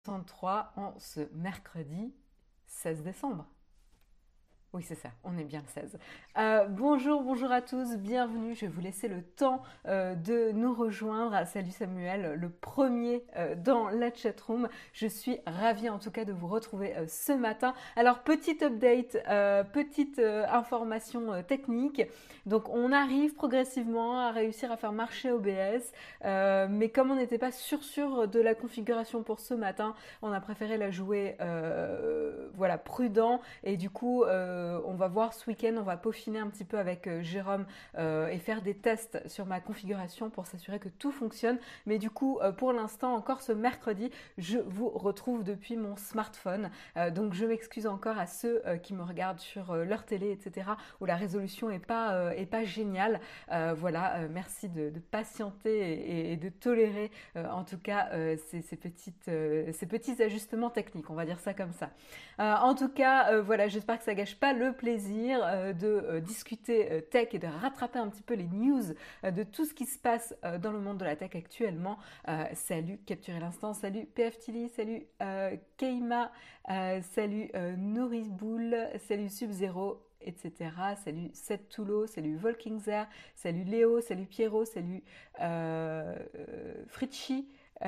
63 en ce mercredi 16 décembre. Oui, c'est ça, on est bien le 16. Bonjour à tous, bienvenue. Je vais vous laisser le temps de nous rejoindre. Salut Samuel, le premier dans la chatroom. Je suis ravie en tout cas de vous retrouver ce matin. Alors, petite update, petite information technique. Donc, on arrive progressivement à réussir à faire marcher OBS, mais comme on n'était pas sûr de la configuration pour ce matin, on a préféré la jouer voilà, prudent et du coup, on va voir ce week-end, on va peaufiner un petit peu avec Jérôme et faire des tests sur ma configuration pour s'assurer que tout fonctionne. Mais du coup, pour l'instant, encore ce mercredi, je vous retrouve depuis mon smartphone. Donc je m'excuse encore à ceux qui me regardent sur leur télé, etc., où la résolution est pas géniale. Voilà, merci de patienter et de tolérer en tout cas ces petits ajustements techniques, on va dire ça comme ça. En tout cas, voilà, j'espère que ça gâche pas le plaisir de discuter tech et de rattraper un petit peu les news de tout ce qui se passe dans le monde de la tech actuellement. Salut Capturer l'Instant, salut PF Tilly, salut Keima, salut Nourrice Boule, salut Sub-Zero, etc. Salut Seth Toulot, salut Volkingzer, salut Léo, salut Pierrot, salut Fritchi.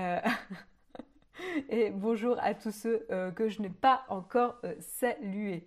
Et bonjour à tous ceux que je n'ai pas encore salués.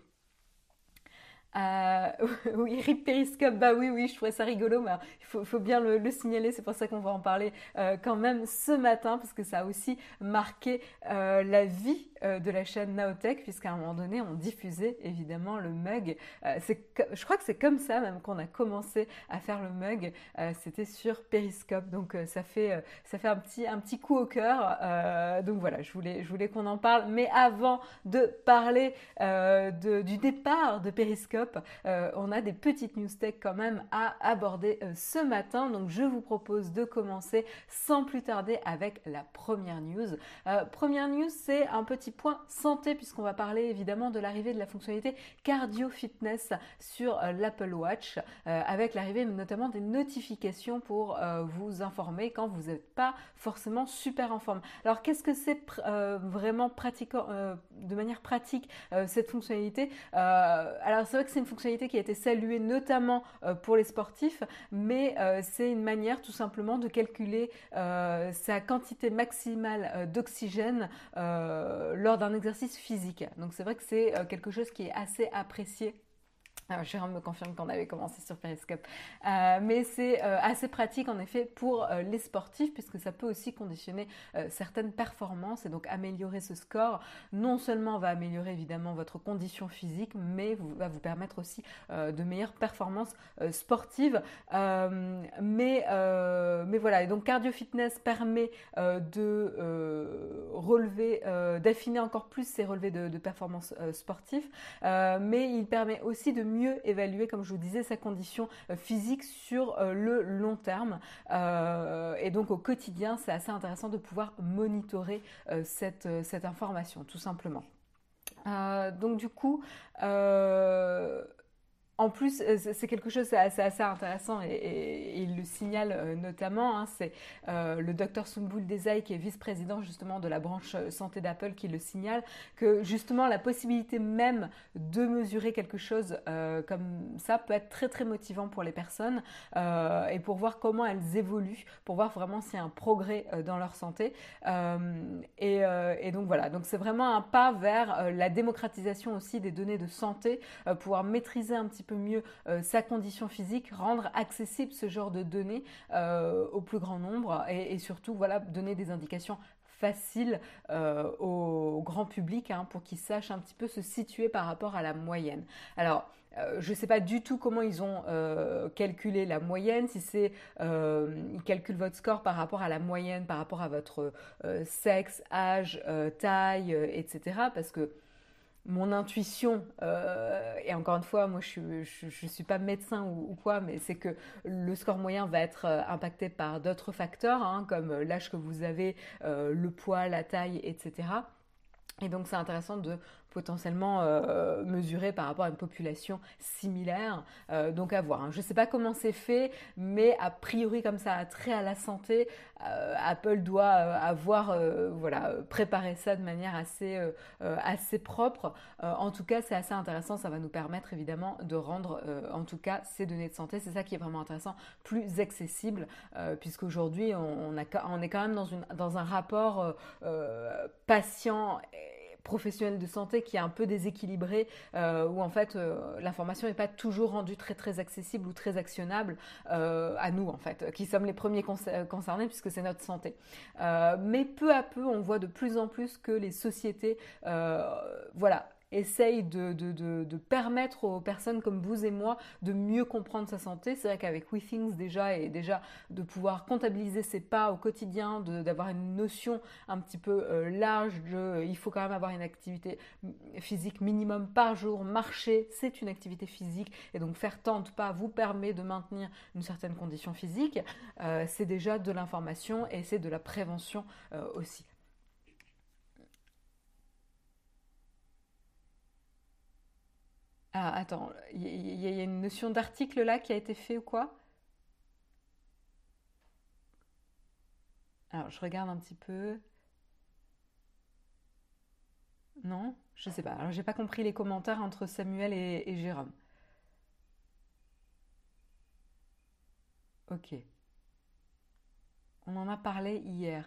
Euh, oui, RIP Periscope, bah oui, je trouvais ça rigolo, mais il faut bien le signaler, c'est pour ça qu'on va en parler quand même ce matin, parce que ça a aussi marqué la vie de la chaîne Naotech, puisqu'à un moment donné, on diffusait évidemment le mug. Je crois que c'est comme ça même qu'on a commencé à faire le mug, c'était sur Periscope, donc ça fait un petit coup au cœur. Donc voilà, je voulais qu'on en parle, mais avant de parler du départ de Periscope, on a des petites news tech quand même à aborder ce matin. Donc je vous propose de commencer sans plus tarder avec la première news. Première news, c'est un petit point santé puisqu'on va parler évidemment de l'arrivée de la fonctionnalité cardio fitness sur l'Apple Watch avec l'arrivée notamment des notifications pour vous informer quand vous n'êtes pas forcément super en forme. Alors qu'est-ce que c'est vraiment de manière pratique cette fonctionnalité? Alors c'est vrai que c'est une fonctionnalité qui a été saluée notamment pour les sportifs, mais c'est une manière tout simplement de calculer sa quantité maximale d'oxygène lors d'un exercice physique. Donc c'est vrai que c'est quelque chose qui est assez apprécié. Alors, Jérôme me confirme qu'on avait commencé sur Periscope. Mais c'est assez pratique en effet pour les sportifs puisque ça peut aussi conditionner certaines performances et donc améliorer ce score. Non seulement va améliorer évidemment votre condition physique, mais va vous permettre aussi de meilleures performances sportives. Mais voilà, et donc cardio fitness permet de relever, d'affiner encore plus ces relevés de performances sportives, mais il permet aussi de mieux évaluer, comme je vous disais, sa condition physique sur le long terme. Et donc au quotidien, c'est assez intéressant de pouvoir monitorer cette information, tout simplement. Donc du coup, en plus, c'est quelque chose c'est assez intéressant et il le signale notamment, hein, c'est le docteur Sumbul Desai qui est vice-président justement de la branche santé d'Apple qui le signale, que justement la possibilité même de mesurer quelque chose comme ça peut être très très motivant pour les personnes et pour voir comment elles évoluent, pour voir vraiment s'il y a un progrès dans leur santé. Et donc voilà, donc c'est vraiment un pas vers la démocratisation aussi des données de santé, pouvoir maîtriser un petit peu mieux sa condition physique, rendre accessible ce genre de données au plus grand nombre et surtout voilà, donner des indications faciles au grand public pour qu'ils sachent un petit peu se situer par rapport à la moyenne. Alors, je ne sais pas du tout comment ils ont calculé la moyenne, si c'est ils calculent votre score par rapport à la moyenne, par rapport à votre sexe, âge, taille, etc. Parce que mon intuition, et encore une fois, moi je suis pas médecin ou quoi, mais c'est que le score moyen va être impacté par d'autres facteurs, comme l'âge que vous avez, le poids, la taille, etc. Et donc c'est intéressant de potentiellement mesurer par rapport à une population similaire. Donc à voir. Je ne sais pas comment c'est fait, mais a priori comme ça a trait à la santé, Apple doit avoir voilà, préparé ça de manière assez propre. En tout cas, c'est assez intéressant. Ça va nous permettre évidemment de rendre, en tout cas, ces données de santé, c'est ça qui est vraiment intéressant, plus accessible, puisqu'aujourd'hui, on est quand même dans un rapport patient professionnel de santé qui est un peu déséquilibré, où en fait l'information n'est pas toujours rendue très très accessible ou très actionnable à nous en fait, qui sommes les premiers concernés puisque c'est notre santé. Mais peu à peu, on voit de plus en plus que les sociétés, voilà, essaye de permettre aux personnes comme vous et moi de mieux comprendre sa santé. C'est vrai qu'avec WeThings déjà, et déjà de pouvoir comptabiliser ses pas au quotidien, d'avoir une notion un petit peu large de il faut quand même avoir une activité physique minimum par jour. Marcher, c'est une activité physique et donc faire tant de pas vous permet de maintenir une certaine condition physique. C'est déjà de l'information et c'est de la prévention aussi. Ah, attends, il y a une notion d'article là qui a été fait ou quoi? Alors, je regarde un petit peu. Non? Je sais pas. Alors, j'ai pas compris les commentaires entre Samuel et Jérôme. Ok. On en a parlé hier.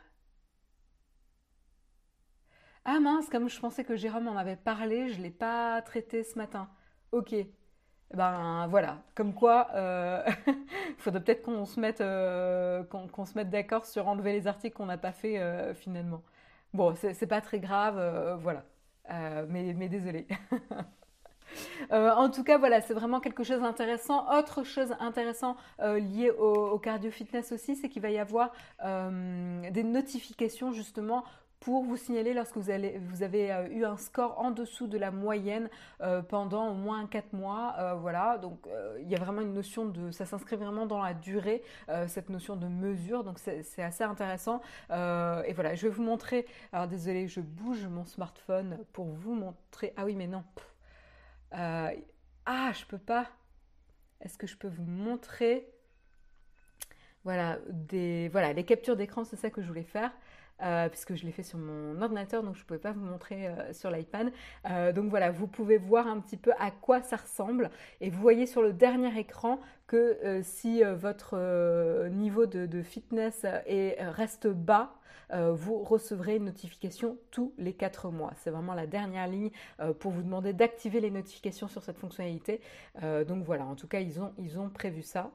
Ah mince, comme je pensais que Jérôme en avait parlé, je l'ai pas traité ce matin. Ok. Ben voilà, comme quoi, il faudrait peut-être qu'on se mette d'accord sur enlever les articles qu'on n'a pas fait finalement. Bon, c'est pas très grave, voilà. Mais désolé. En tout cas, voilà, c'est vraiment quelque chose d'intéressant. Autre chose intéressante liée au cardio fitness aussi, c'est qu'il va y avoir des notifications justement pour vous signaler lorsque vous avez eu un score en dessous de la moyenne pendant au moins 4 mois. Voilà, donc il y a vraiment une notion ça s'inscrit vraiment dans la durée, cette notion de mesure, donc c'est assez intéressant. Et voilà, je vais vous montrer, alors désolé, je bouge mon smartphone pour vous montrer, ah oui mais non, euh, ah, je peux pas. Est-ce que je peux vous montrer? Voilà, voilà, les captures d'écran, c'est ça que je voulais faire. Puisque je l'ai fait sur mon ordinateur, donc je ne pouvais pas vous montrer sur l'iPad. Donc voilà, vous pouvez voir un petit peu à quoi ça ressemble. Et vous voyez sur le dernier écran que si votre niveau de fitness reste bas, vous recevrez une notification tous les 4 mois. C'est vraiment la dernière ligne pour vous demander d'activer les notifications sur cette fonctionnalité. Donc voilà, en tout cas, ils ont prévu ça.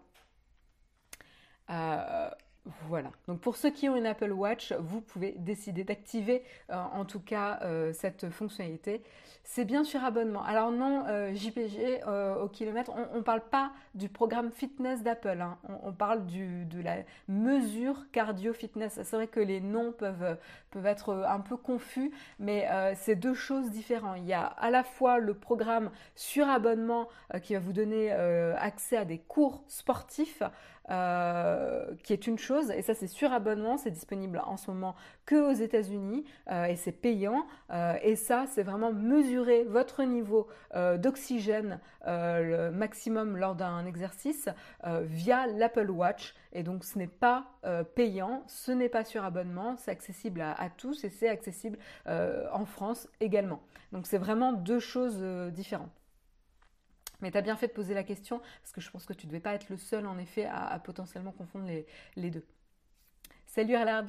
Euh, voilà. Donc pour ceux qui ont une Apple Watch, vous pouvez décider d'activer en tout cas cette fonctionnalité. C'est bien sur abonnement. Alors non, JPG au kilomètre, on ne parle pas du programme fitness d'Apple. Hein. On parle de la mesure cardio fitness. C'est vrai que les noms peuvent être un peu confus, mais c'est deux choses différentes. Il y a à la fois le programme sur abonnement qui va vous donner accès à des cours sportifs qui est une chose, et ça c'est sur abonnement, c'est disponible en ce moment que aux États-Unis et c'est payant. Et ça c'est vraiment mesurer votre niveau d'oxygène le maximum lors d'un exercice via l'Apple Watch. Et donc ce n'est pas payant, ce n'est pas sur abonnement, c'est accessible à tous et c'est accessible en France également. Donc c'est vraiment deux choses différentes. Mais tu as bien fait de poser la question, parce que je pense que tu ne devais pas être le seul, en effet, à potentiellement confondre les deux. Salut Erlard.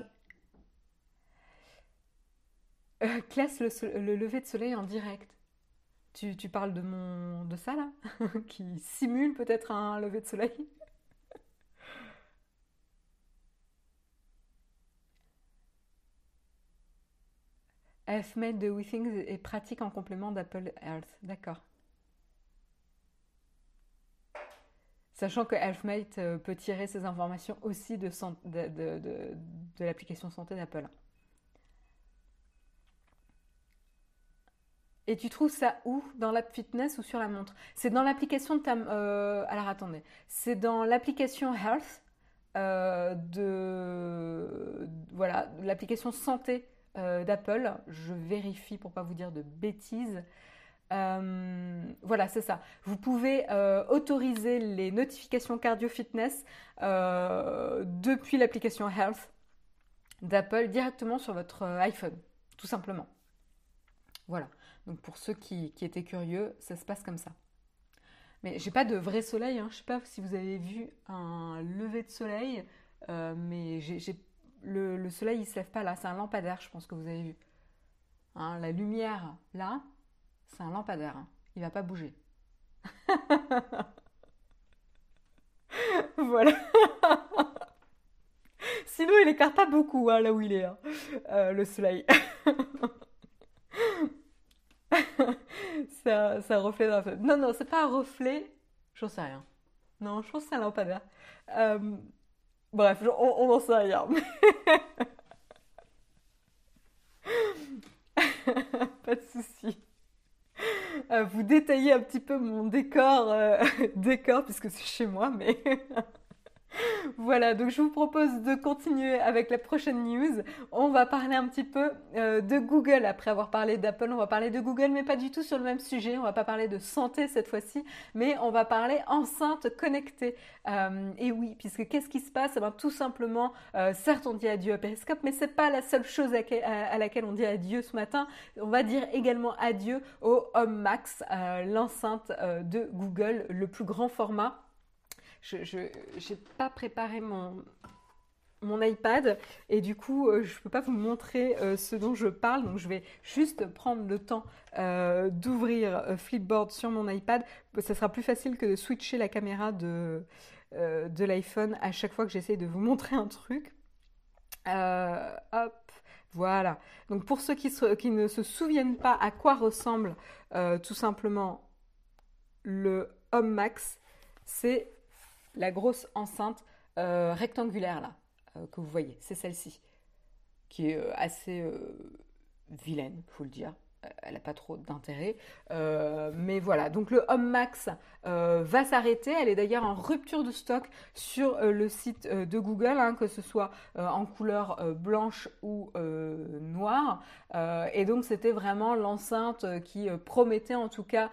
Classe le lever de soleil en direct. Tu parles de ça, là qui simule peut-être un lever de soleil. Healthmate de WeThings est pratique en complément d'Apple Health. D'accord. Sachant que Healthmate peut tirer ses informations aussi de l'application santé d'Apple. Et tu trouves ça où? Dans l'app fitness ou sur la montre? C'est dans l'application de ta... alors attendez. C'est dans l'application Health voilà, l'application santé d'Apple. Je vérifie pour pas vous dire de bêtises. Voilà, c'est ça. Vous pouvez autoriser les notifications cardio fitness depuis l'application Health. d'Apple directement sur votre iPhone, tout simplement. Voilà. Donc pour ceux qui étaient curieux, ça se passe comme ça. Mais j'ai pas de vrai soleil, hein. Je sais pas si vous avez vu un lever de soleil, mais le soleil il se lève pas là, c'est un lampadaire, je pense que vous avez vu. Hein, la lumière là, c'est un lampadaire, hein. Il va pas bouger. Voilà. Sinon, il écarte pas beaucoup hein, là où il est, hein, le soleil. C'est un reflet d'un feu. Non, non, c'est pas un reflet. J'en sais rien. Non, je pense que c'est un lampadaire. Euh, bref, on en sait rien. Pas de souci. Vous détaillez un petit peu mon décor, décor puisque c'est chez moi, mais voilà, donc je vous propose de continuer avec la prochaine news. On va parler un petit peu de Google. Après avoir parlé d'Apple, on va parler de Google, mais pas du tout sur le même sujet. On va pas parler de santé cette fois-ci, mais on va parler enceinte connectée. Et oui, puisque qu'est-ce qui se passe? Eh ben, tout simplement, certes on dit adieu à Periscope, mais c'est pas la seule chose à laquelle on dit adieu ce matin. On va dire également adieu au Home Max, l'enceinte de Google, le plus grand format. Je n'ai pas préparé mon iPad et du coup je ne peux pas vous montrer ce dont je parle, donc je vais juste prendre le temps d'ouvrir Flipboard sur mon iPad. Ça sera plus facile que de switcher la caméra de l'iPhone à chaque fois que j'essaie de vous montrer un truc. Hop, voilà. Donc pour ceux qui ne se souviennent pas à quoi ressemble tout simplement le Home Max, c'est la grosse enceinte rectangulaire là que vous voyez, c'est celle-ci qui est assez vilaine, faut le dire. Elle n'a pas trop d'intérêt. Mais voilà, donc le Home Max va s'arrêter. Elle est d'ailleurs en rupture de stock sur le site de Google, hein, que ce soit en couleur blanche ou noire. Et donc c'était vraiment l'enceinte qui promettait en tout cas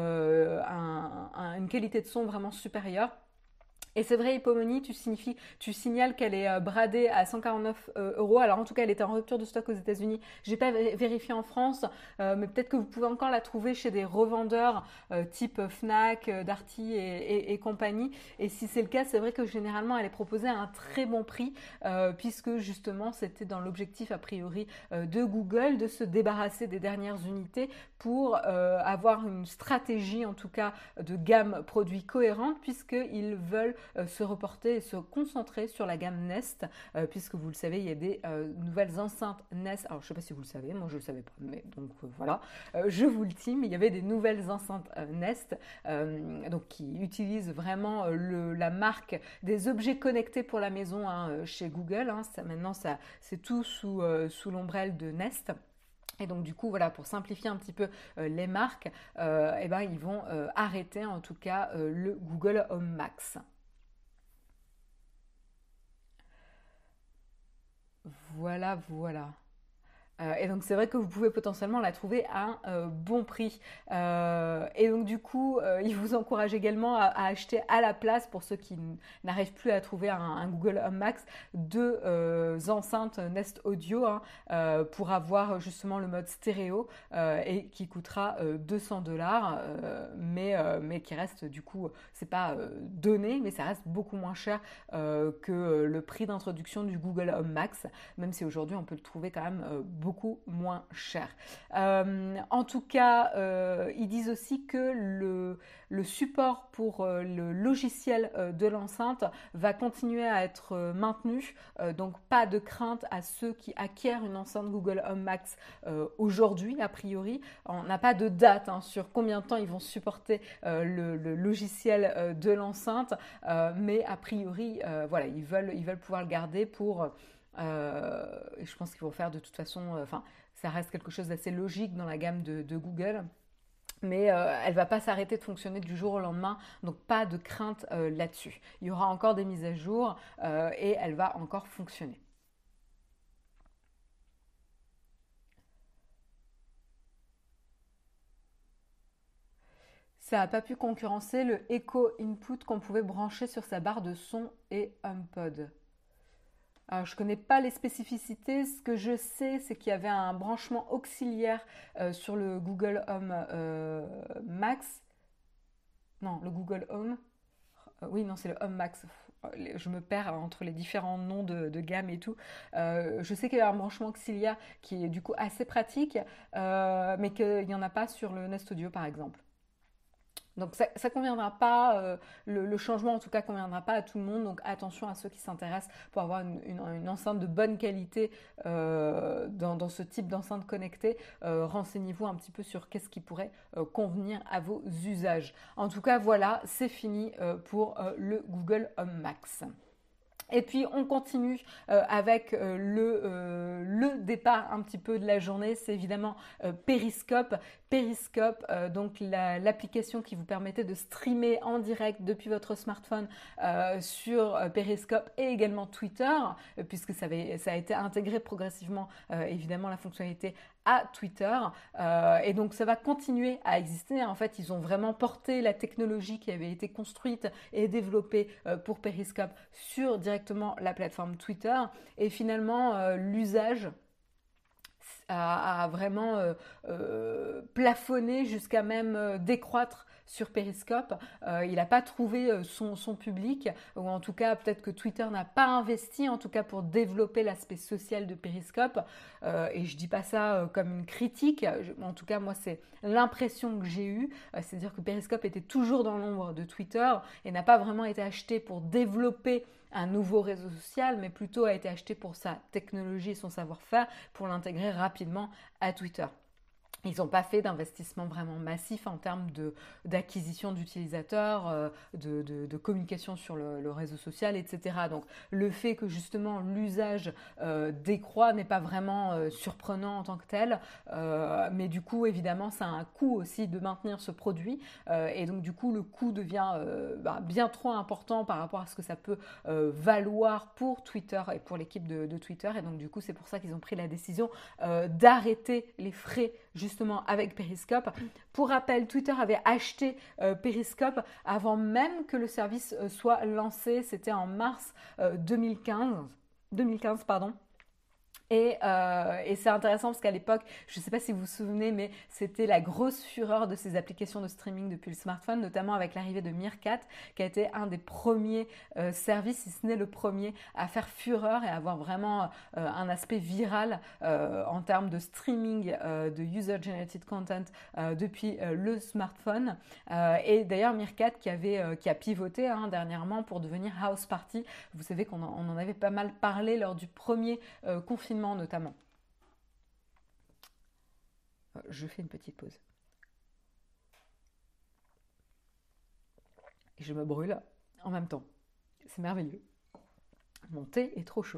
une qualité de son vraiment supérieure. Et c'est vrai, Hippomonie, tu signales qu'elle est bradée à 149 euros. Alors en tout cas, elle était en rupture de stock aux États-Unis. J'ai pas vérifié en France, mais peut-être que vous pouvez encore la trouver chez des revendeurs type Fnac, Darty et compagnie. Et si c'est le cas, c'est vrai que généralement, elle est proposée à un très bon prix, puisque justement, c'était dans l'objectif a priori de Google de se débarrasser des dernières unités pour avoir une stratégie en tout cas de gamme produit cohérente, puisqu'ils veulent se reporter et se concentrer sur la gamme Nest, puisque vous le savez, il y a des nouvelles enceintes Nest. Alors je ne sais pas si vous le savez, moi je ne le savais pas, mais donc voilà, je vous le dis, mais il y avait des nouvelles enceintes Nest, donc qui utilisent vraiment la marque des objets connectés pour la maison hein, chez Google. Hein, maintenant, c'est tout sous l'ombrelle de Nest. Et donc du coup, voilà, pour simplifier un petit peu les marques, eh ben, ils vont arrêter en tout cas le Google Home Max. Voilà, voilà. Et donc c'est vrai que vous pouvez potentiellement la trouver à un bon prix. Et donc du coup, il vous encourage également à acheter à la place, pour ceux qui n'arrivent plus à trouver un Google Home Max, deux enceintes Nest Audio hein, pour avoir justement le mode stéréo et qui coûtera 200 $, mais qui reste du coup, c'est pas donné, mais ça reste beaucoup moins cher que le prix d'introduction du Google Home Max, même si aujourd'hui on peut le trouver quand même beaucoup moins cher. En tout cas, ils disent aussi que le support pour le logiciel de l'enceinte va continuer à être maintenu, donc pas de crainte à ceux qui acquièrent une enceinte Google Home Max aujourd'hui, a priori. On n'a pas de date hein, sur combien de temps ils vont supporter le logiciel de l'enceinte, mais a priori, voilà, ils veulent pouvoir le garder pour je pense qu'ils vont faire de toute façon, enfin, ça reste quelque chose d'assez logique dans la gamme de Google. Mais elle ne va pas s'arrêter de fonctionner du jour au lendemain, donc pas de crainte là-dessus. Il y aura encore des mises à jour et elle va encore fonctionner. Ça n'a pas pu concurrencer le Echo Input qu'on pouvait brancher sur sa barre de son et HomePod. Je ne connais pas les spécificités. Ce que je sais, c'est qu'il y avait un branchement auxiliaire sur le Google Home Max. Non, le Google Home. Oui, non, c'est le Home Max. Je me perds entre les différents noms de gamme et tout. Je sais qu'il y a un branchement auxiliaire qui est du coup assez pratique, mais qu'il n'y en a pas sur le Nest Audio par exemple. Donc ça ne conviendra pas, le changement en tout cas ne conviendra pas à tout le monde, donc attention à ceux qui s'intéressent pour avoir une enceinte de bonne qualité dans ce type d'enceinte connectée. Renseignez-vous un petit peu sur qu'est-ce qui pourrait convenir à vos usages. En tout cas voilà, c'est fini pour le Google Home Max. Et puis on continue avec le départ un petit peu de la journée, c'est évidemment Periscope. Periscope, donc l'application qui vous permettait de streamer en direct depuis votre smartphone sur Periscope et également Twitter, puisque ça a été intégré progressivement, évidemment, la fonctionnalité à Twitter. Et donc ça va continuer à exister. En fait, ils ont vraiment porté la technologie qui avait été construite et développée pour Periscope sur directement la plateforme Twitter. Et finalement, l'usage a vraiment plafonné jusqu'à même décroître sur Periscope. Il n'a pas trouvé son public, ou en tout cas peut-être que Twitter n'a pas investi en tout cas pour développer l'aspect social de Periscope. Et je dis pas ça comme une critique, en tout cas moi c'est l'impression que j'ai eue, c'est-à-dire que Periscope était toujours dans l'ombre de Twitter et n'a pas vraiment été acheté pour développer un nouveau réseau social, mais plutôt a été acheté pour sa technologie et son savoir-faire pour l'intégrer rapidement à Twitter. Ils n'ont pas fait d'investissement vraiment massif en termes d'acquisition d'utilisateurs, de communication sur le réseau social, etc. Donc le fait que justement l'usage décroît n'est pas vraiment surprenant en tant que tel, mais du coup évidemment ça a un coût aussi de maintenir ce produit, et donc du coup le coût devient bien trop important par rapport à ce que ça peut valoir pour Twitter et pour l'équipe de Twitter, et donc du coup c'est pour ça qu'ils ont pris la décision d'arrêter les frais justement avec Periscope. Pour rappel, Twitter avait acheté Periscope avant même que le service soit lancé. C'était en mars 2015, pardon. Et c'est intéressant parce qu'à l'époque, je ne sais pas si vous vous souvenez, mais c'était la grosse fureur de ces applications de streaming depuis le smartphone, notamment avec l'arrivée de Meerkat, qui a été un des premiers services, si ce n'est le premier, à faire fureur et avoir vraiment un aspect viral en termes de streaming de user-generated content depuis le smartphone. Et d'ailleurs, Meerkat qui a pivoté dernièrement pour devenir House Party. Vous savez qu'on en avait pas mal parlé lors du premier confinement notamment. Je fais une petite pause. Et je me brûle en même temps. C'est merveilleux. Mon thé est trop chaud.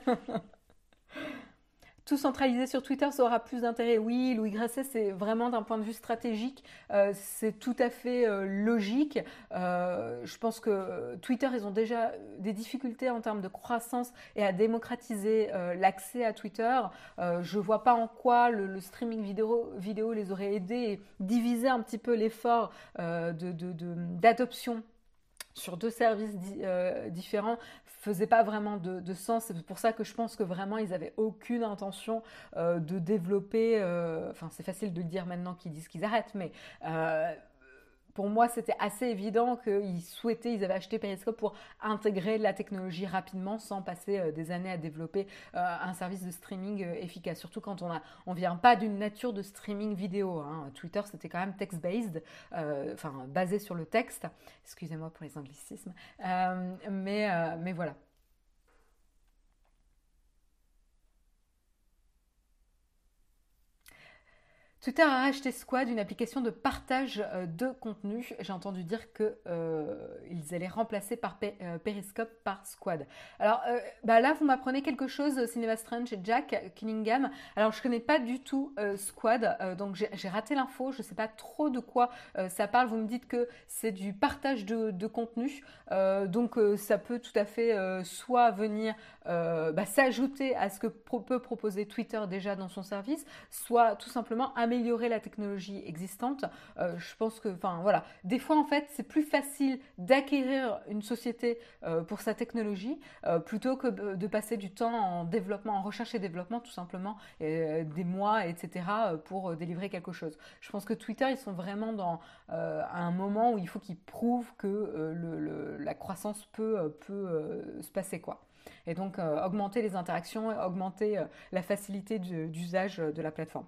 Tout centraliser sur Twitter, ça aura plus d'intérêt. Oui, Louis Grasset, c'est vraiment d'un point de vue stratégique, c'est tout à fait logique. Je pense que Twitter, ils ont déjà des difficultés en termes de croissance et à démocratiser l'accès à Twitter. Je ne vois pas en quoi le streaming vidéo les aurait aidés et diviser un petit peu l'effort d'adoption sur deux services différents faisait pas vraiment de sens. C'est pour ça que je pense que vraiment ils avaient aucune intention de développer, enfin c'est facile de le dire maintenant qu'ils disent qu'ils arrêtent, mais pour moi, c'était assez évident ils avaient acheté Periscope pour intégrer la technologie rapidement sans passer des années à développer un service de streaming efficace. Surtout quand on vient pas d'une nature de streaming vidéo. Twitter, c'était quand même text-based, basé sur le texte. Excusez-moi pour les anglicismes. Mais voilà. Twitter a racheté Squad, une application de partage de contenu. J'ai entendu dire qu'ils allaient remplacer Periscope par Squad. Alors là, vous m'apprenez quelque chose, Cinéma Strange et Jack Cunningham. Alors, je ne connais pas du tout Squad, donc j'ai raté l'info. Je ne sais pas trop de quoi ça parle. Vous me dites que c'est du partage de contenu. Donc, ça peut tout à fait soit venir s'ajouter à ce que peut proposer Twitter déjà dans son service, soit tout simplement améliorer d'améliorer la technologie existante. Je pense que, enfin voilà, des fois en fait c'est plus facile d'acquérir une société pour sa technologie plutôt que de passer du temps en développement, en recherche et développement tout simplement, des mois, etc. pour délivrer quelque chose. Je pense que Twitter, ils sont vraiment dans à un moment où il faut qu'ils prouvent que la croissance peut se passer quoi. Et donc augmenter les interactions, augmenter la facilité d'usage de la plateforme.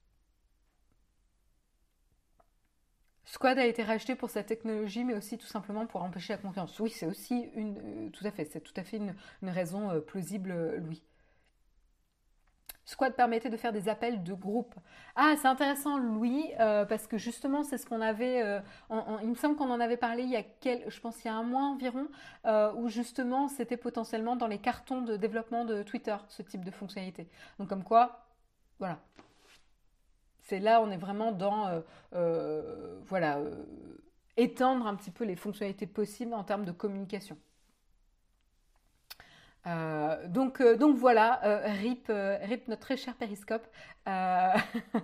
Squad a été racheté pour sa technologie, mais aussi tout simplement pour empêcher la concurrence. Oui, c'est aussi tout à fait, c'est tout à fait une raison plausible, Louis. Squad permettait de faire des appels de groupe. Ah, c'est intéressant, Louis, parce que justement, c'est ce qu'on avait. Il me semble qu'on en avait parlé je pense, il y a un mois environ, où justement, c'était potentiellement dans les cartons de développement de Twitter, ce type de fonctionnalité. Donc, comme quoi, voilà. C'est là, on est vraiment dans, voilà, étendre un petit peu les fonctionnalités possibles en termes de communication. Donc voilà, RIP notre très cher Périscope, euh,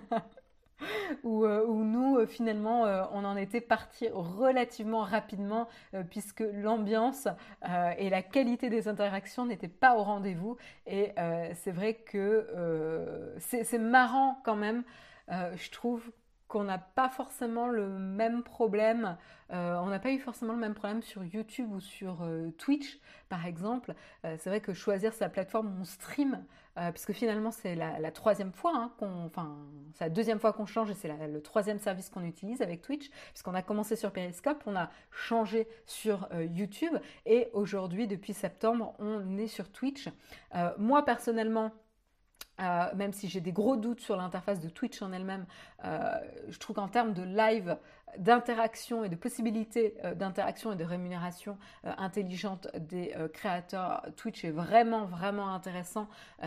où nous, finalement, on en était parti relativement rapidement, puisque l'ambiance et la qualité des interactions n'étaient pas au rendez-vous. Et c'est vrai que c'est marrant quand même, je trouve qu'on n'a pas forcément le même problème, on n'a pas eu forcément le même problème sur YouTube ou sur Twitch, par exemple. C'est vrai que choisir sa plateforme où on stream, puisque finalement c'est la troisième fois, hein, enfin c'est la deuxième fois qu'on change et c'est le troisième service qu'on utilise avec Twitch, puisqu'on a commencé sur Periscope, on a changé sur YouTube et aujourd'hui depuis septembre on est sur Twitch. Moi personnellement, même si j'ai des gros doutes sur l'interface de Twitch en elle-même, je trouve qu'en termes de live, d'interaction et de possibilités d'interaction et de rémunération intelligente des créateurs, Twitch est vraiment, vraiment intéressant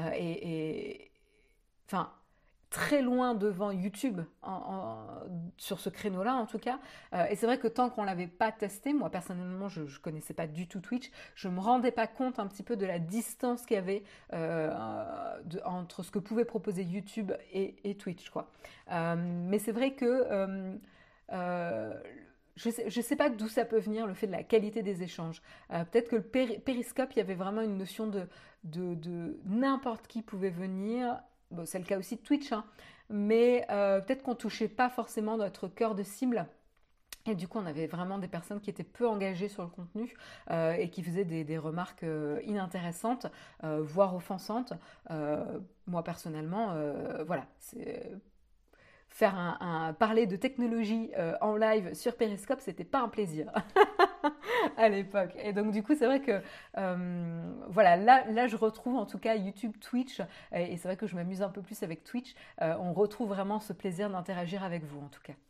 enfin, très loin devant YouTube sur ce créneau-là en tout cas. Et c'est vrai que tant qu'on l'avait pas testé, moi personnellement je ne connaissais pas du tout Twitch, je me rendais pas compte un petit peu de la distance qu'il y avait entre ce que pouvait proposer YouTube et Twitch quoi. Mais c'est vrai que euh, je sais pas d'où ça peut venir le fait de la qualité des échanges. Peut-être que le Périscope, il y avait vraiment une notion de n'importe qui pouvait venir. Bon, c'est le cas aussi de Twitch, hein, mais peut-être qu'on touchait pas forcément notre cœur de cible. Et du coup, on avait vraiment des personnes qui étaient peu engagées sur le contenu et qui faisaient des remarques inintéressantes, voire offensantes. Moi, personnellement, voilà, c'est parler de technologie en live sur Periscope, c'était pas un plaisir à l'époque. Et donc du coup, c'est vrai que voilà, là, je retrouve en tout cas YouTube, Twitch, et c'est vrai que je m'amuse un peu plus avec Twitch. On retrouve vraiment ce plaisir d'interagir avec vous en tout cas.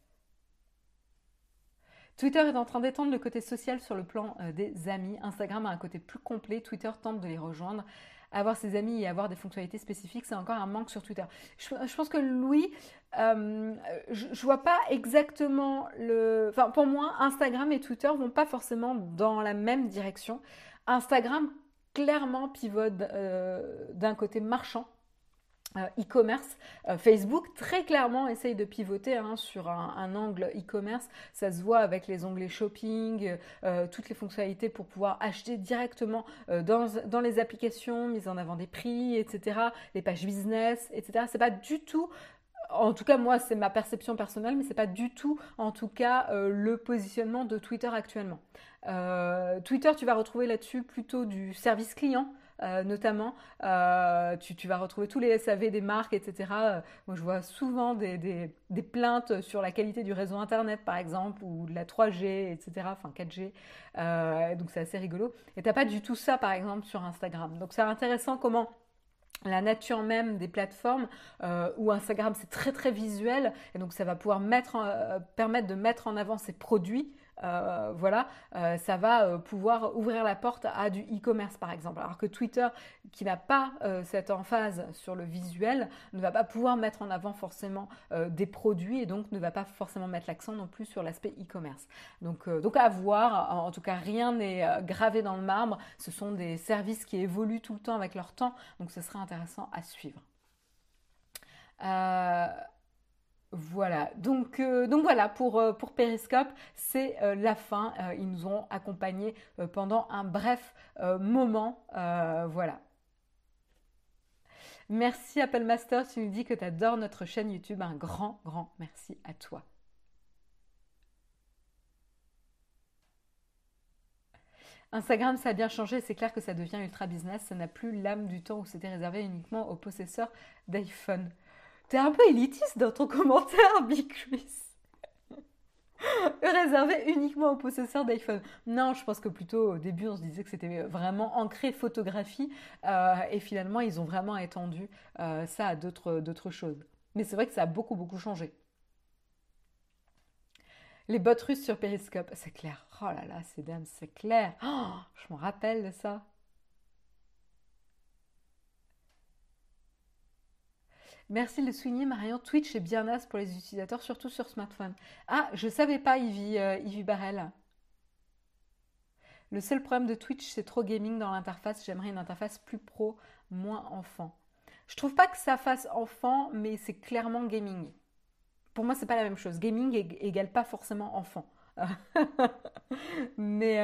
Twitter est en train d'étendre le côté social sur le plan des amis. Instagram a un côté plus complet. Twitter tente de les rejoindre. Avoir ses amis et avoir des fonctionnalités spécifiques, c'est encore un manque sur Twitter. Je pense que Louis, je vois pas exactement le. Enfin, pour moi, Instagram et Twitter vont pas forcément dans la même direction. Instagram clairement pivote d'un côté marchand e-commerce. Facebook très clairement essaye de pivoter sur un angle e-commerce. Ça se voit avec les onglets shopping, toutes les fonctionnalités pour pouvoir acheter directement dans les applications, mise en avant des prix, etc. Les pages business, etc. C'est pas du tout, en tout cas moi c'est ma perception personnelle, mais c'est pas du tout en tout cas le positionnement de Twitter actuellement. Twitter, tu vas retrouver là-dessus plutôt du service client. Notamment, tu vas retrouver tous les SAV des marques, etc. Moi, je vois souvent des plaintes sur la qualité du réseau Internet, par exemple, ou de la 3G, etc., enfin 4G. Donc, c'est assez rigolo. Et tu n'as pas du tout ça, par exemple, sur Instagram. Donc, c'est intéressant comment la nature même des plateformes où Instagram c'est très très visuel et donc ça va pouvoir permettre de mettre en avant ses produits. Voilà, ça va pouvoir ouvrir la porte à du e-commerce par exemple. Alors que Twitter, qui n'a pas cette emphase sur le visuel, ne va pas pouvoir mettre en avant forcément des produits et donc ne va pas forcément mettre l'accent non plus sur l'aspect e-commerce. Donc à voir, en tout cas rien n'est gravé dans le marbre, ce sont des services qui évoluent tout le temps avec leur temps, donc ce sera intéressant à suivre. Euh, Voilà, donc voilà pour Periscope, c'est la fin. Ils nous ont accompagnés pendant un bref moment. Voilà. Merci Apple Master, tu nous dis que tu adores notre chaîne YouTube. Un grand, grand merci à toi. Instagram, ça a bien changé, c'est clair que ça devient ultra business. Ça n'a plus l'âme du temps où c'était réservé uniquement aux possesseurs d'iPhone. T'es un peu élitiste dans ton commentaire, Big Chris. Réservé uniquement aux possesseurs d'iPhone. Non, je pense que plutôt au début, on se disait que c'était vraiment ancré photographie et finalement, ils ont vraiment étendu ça à d'autres choses. Mais c'est vrai que ça a beaucoup, beaucoup changé. Les bots russes sur Periscope, c'est clair. Oh là là, c'est dingue, c'est clair. Oh, je m'en rappelle de ça. Merci de le souligner, Marion. Twitch est bien naze pour les utilisateurs, surtout sur smartphone. Ah, je savais pas, Ivy Barrel. Le seul problème de Twitch, c'est trop gaming dans l'interface. J'aimerais une interface plus pro, moins enfant. Je trouve pas que ça fasse enfant, mais c'est clairement gaming. Pour moi, c'est pas la même chose. Gaming égale pas forcément enfant. mais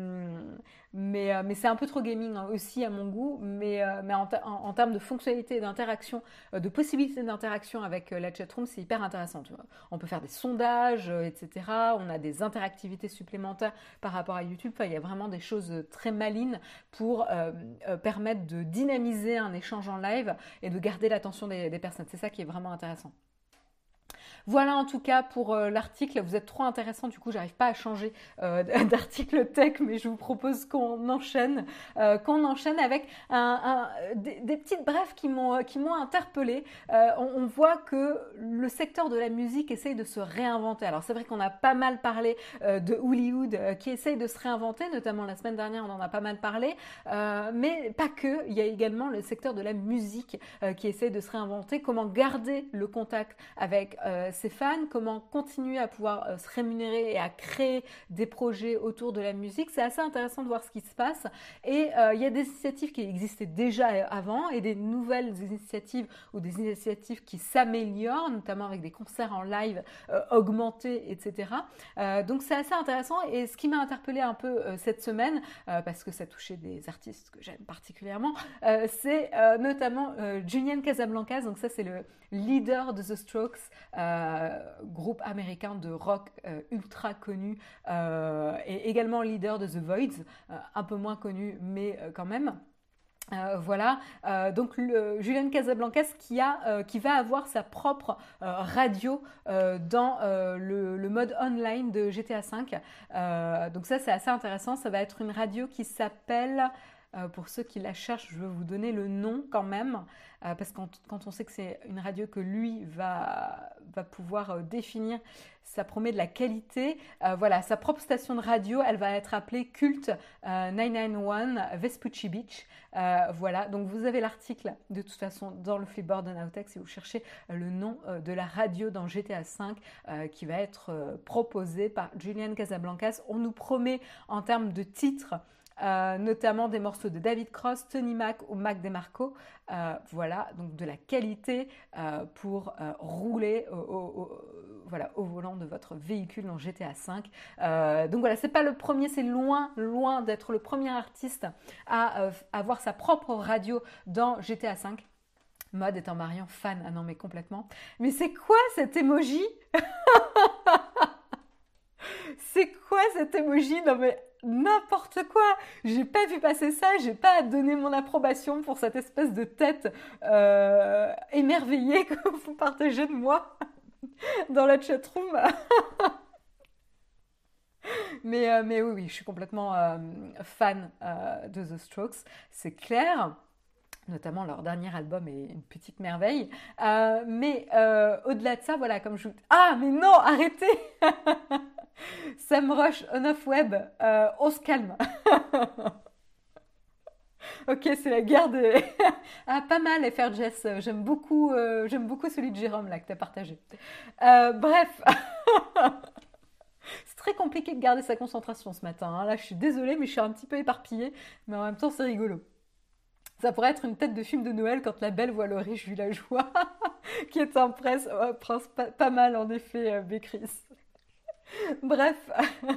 mais c'est un peu trop gaming hein, aussi à mon goût. Mais en termes de fonctionnalité et d'interaction, de possibilités d'interaction avec la chatroom, c'est hyper intéressant. Tu vois. On peut faire des sondages, etc. On a des interactivités supplémentaires par rapport à YouTube. Enfin, il y a vraiment des choses très malines pour permettre de dynamiser un échange en live et de garder l'attention des personnes. C'est ça qui est vraiment intéressant. Voilà en tout cas pour l'article. Vous êtes trop intéressant, du coup j'arrive pas à changer d'article tech, mais je vous propose qu'on enchaîne, avec des petites brèves qui m'ont interpellée. On voit que le secteur de la musique essaye de se réinventer. Alors c'est vrai qu'on a pas mal parlé de Hollywood qui essaye de se réinventer, notamment la semaine dernière on en a pas mal parlé, mais pas que. Il y a également le secteur de la musique qui essaye de se réinventer. Comment garder le contact avec ses fans, comment continuer à pouvoir se rémunérer et à créer des projets autour de la musique. C'est assez intéressant de voir ce qui se passe. Et il y a des initiatives qui existaient déjà avant et des nouvelles initiatives ou des initiatives qui s'améliorent, notamment avec des concerts en live augmentés, etc. Donc c'est assez intéressant. Et ce qui m'a interpellée un peu cette semaine, parce que ça touchait des artistes que j'aime particulièrement, c'est notamment Julian Casablancas. Donc ça c'est le leader de The Strokes, groupe américain de rock ultra connu, et également leader de The Voids, un peu moins connu mais quand même. Voilà, donc Julian Casablancas qui va avoir sa propre radio dans le mode online de GTA V. Donc ça c'est assez intéressant, ça va être une radio qui s'appelle, pour ceux qui la cherchent, je vais vous donner le nom quand même, parce que quand on sait que c'est une radio que lui va pouvoir définir, ça promet de la qualité. Voilà, sa propre station de radio, elle va être appelée Cult 991 Vespucci Beach. Voilà, donc vous avez l'article de toute façon dans le Flipboard de Nowtech si vous cherchez le nom de la radio dans GTA V qui va être proposée par Julian Casablancas. On nous promet en termes de titres notamment des morceaux de David Cross, Tony Mac ou Mac DeMarco. Voilà, donc de la qualité pour rouler voilà, au volant de votre véhicule dans GTA V. Donc voilà, c'est pas le premier, c'est loin d'être le premier artiste à avoir sa propre radio dans GTA V. Mode étant Marion fan, ah non mais complètement. Mais c'est quoi cet emoji? C'est quoi cet emoji? Non mais n'importe quoi. J'ai pas vu passer ça, j'ai pas donné mon approbation pour cette espèce de tête émerveillée que vous partagez de moi dans la chatroom. Mais oui, je suis complètement fan de The Strokes, c'est clair. Notamment leur dernier album est une petite merveille. Mais au-delà de ça, voilà, comme je vous... Ah, mais non, arrêtez. Sam Rush, On Off Web, on se calme. Ok, c'est la guerre de... Ah, pas mal, FR Jess. J'aime beaucoup celui de Jérôme, là, que tu as partagé. Bref. C'est très compliqué de garder sa concentration ce matin. Hein. Là, je suis désolée, mais je suis un petit peu éparpillée. Mais en même temps, c'est rigolo. Ça pourrait être une tête de film de Noël quand la belle voit le riche villageois, qui est un prince pas mal en effet, Bécris. Bref,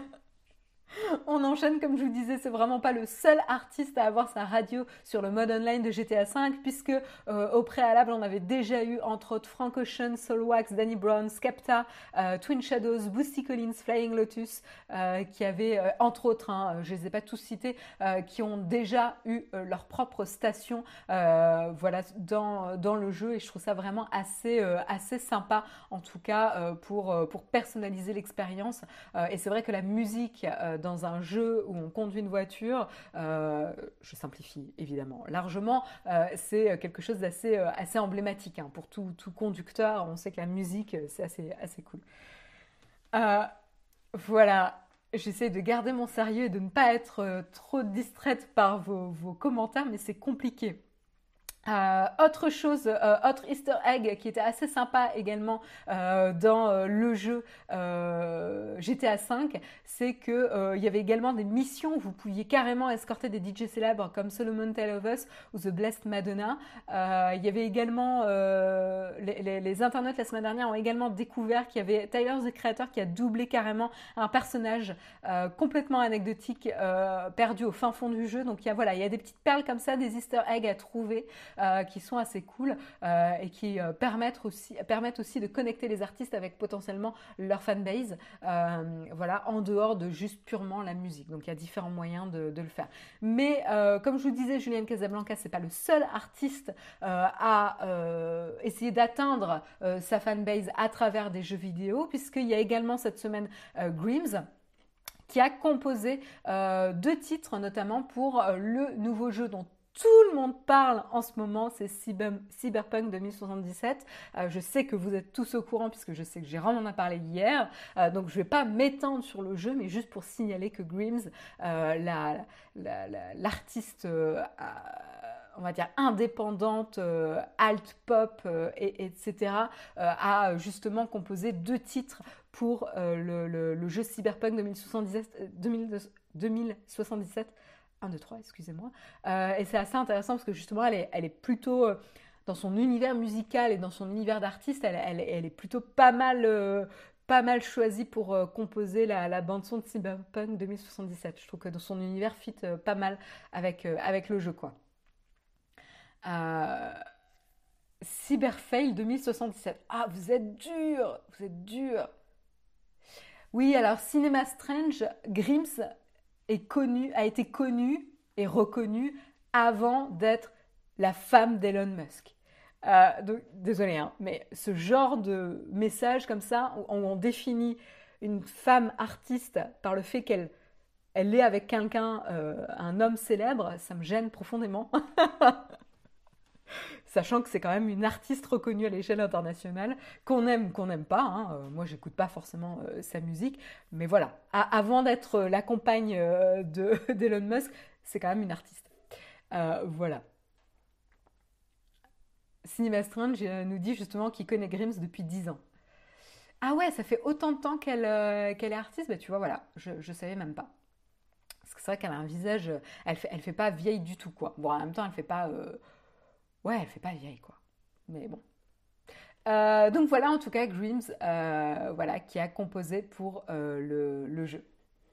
on enchaîne, comme je vous disais, c'est vraiment pas le seul artiste à avoir sa radio sur le mode online de GTA V, puisque au préalable, on avait déjà eu entre autres Frank Ocean, Soulwax, Danny Brown, Skepta, Twin Shadows, Boosty Collins, Flying Lotus, qui avaient, entre autres, hein, je les ai pas tous cités, qui ont déjà eu leur propre station voilà, dans le jeu, et je trouve ça vraiment assez sympa, en tout cas pour personnaliser l'expérience. Et c'est vrai que la musique dans un jeu où on conduit une voiture, je simplifie évidemment largement, c'est quelque chose assez emblématique hein, pour tout conducteur. On sait que la musique, c'est assez cool. Euh, voilà. J'essaie de garder mon sérieux et de ne pas être trop distraite par vos commentaires, mais c'est compliqué. Autre chose, autre Easter egg qui était assez sympa également dans le jeu GTA V, c'est que il y avait également des missions où vous pouviez carrément escorter des DJ célèbres comme Solomon Tell of Us ou The Blessed Madonna. Il y avait également les internautes la semaine dernière ont également découvert qu'il y avait Tyler the Creator qui a doublé carrément un personnage complètement anecdotique perdu au fin fond du jeu. Donc il y a des petites perles comme ça, des Easter eggs à trouver. Qui sont assez cool et qui permettent aussi de connecter les artistes avec potentiellement leur fanbase, voilà, en dehors de juste purement la musique. Donc il y a différents moyens de le faire. Mais comme je vous disais, Julian Casablancas, c'est pas le seul artiste à essayer d'atteindre sa fanbase à travers des jeux vidéo, puisqu'il y a également cette semaine Grims, qui a composé 2 titres, notamment pour le nouveau jeu dont tout le monde parle en ce moment, c'est Cyberpunk 2077. Je sais que vous êtes tous au courant puisque je sais que Jérôme en a parlé hier. Donc je ne vais pas m'étendre sur le jeu, mais juste pour signaler que Grims, l'artiste, on va dire indépendante, alt pop, etc., a justement composé 2 titres pour le jeu Cyberpunk 2077. 1, 2, 3, excusez-moi. Et c'est assez intéressant parce que justement, elle est plutôt dans son univers musical et dans son univers d'artiste, elle est plutôt pas mal choisie pour composer la bande-son de Cyberpunk 2077. Je trouve que dans son univers fit pas mal avec le jeu, quoi. Cyberfail 2077. Ah, vous êtes dur, vous êtes dur. Oui, alors Cinema Strange, Grims a été connue et reconnue avant d'être la femme d'Elon Musk. Donc, désolé, hein, mais ce genre de message comme ça, où on définit une femme artiste par le fait qu'elle est avec quelqu'un, un homme célèbre, ça me gêne profondément. Sachant que c'est quand même une artiste reconnue à l'échelle internationale, qu'on aime ou qu'on n'aime pas. Hein. Moi, j'écoute pas forcément sa musique, mais voilà. Avant d'être la compagne d'Elon Musk, c'est quand même une artiste. Voilà. Cinema Strange nous dit justement qu'il connaît Grims depuis 10 ans. Ah ouais, ça fait autant de temps qu'elle est artiste. Bah tu vois, voilà, je savais même pas. Parce que c'est vrai qu'elle a un visage, elle fait pas vieille du tout, quoi. Bon, en même temps, elle fait pas... Ouais, elle fait pas vieille, quoi. Mais bon. Donc voilà, en tout cas, Grims, voilà, qui a composé pour le jeu.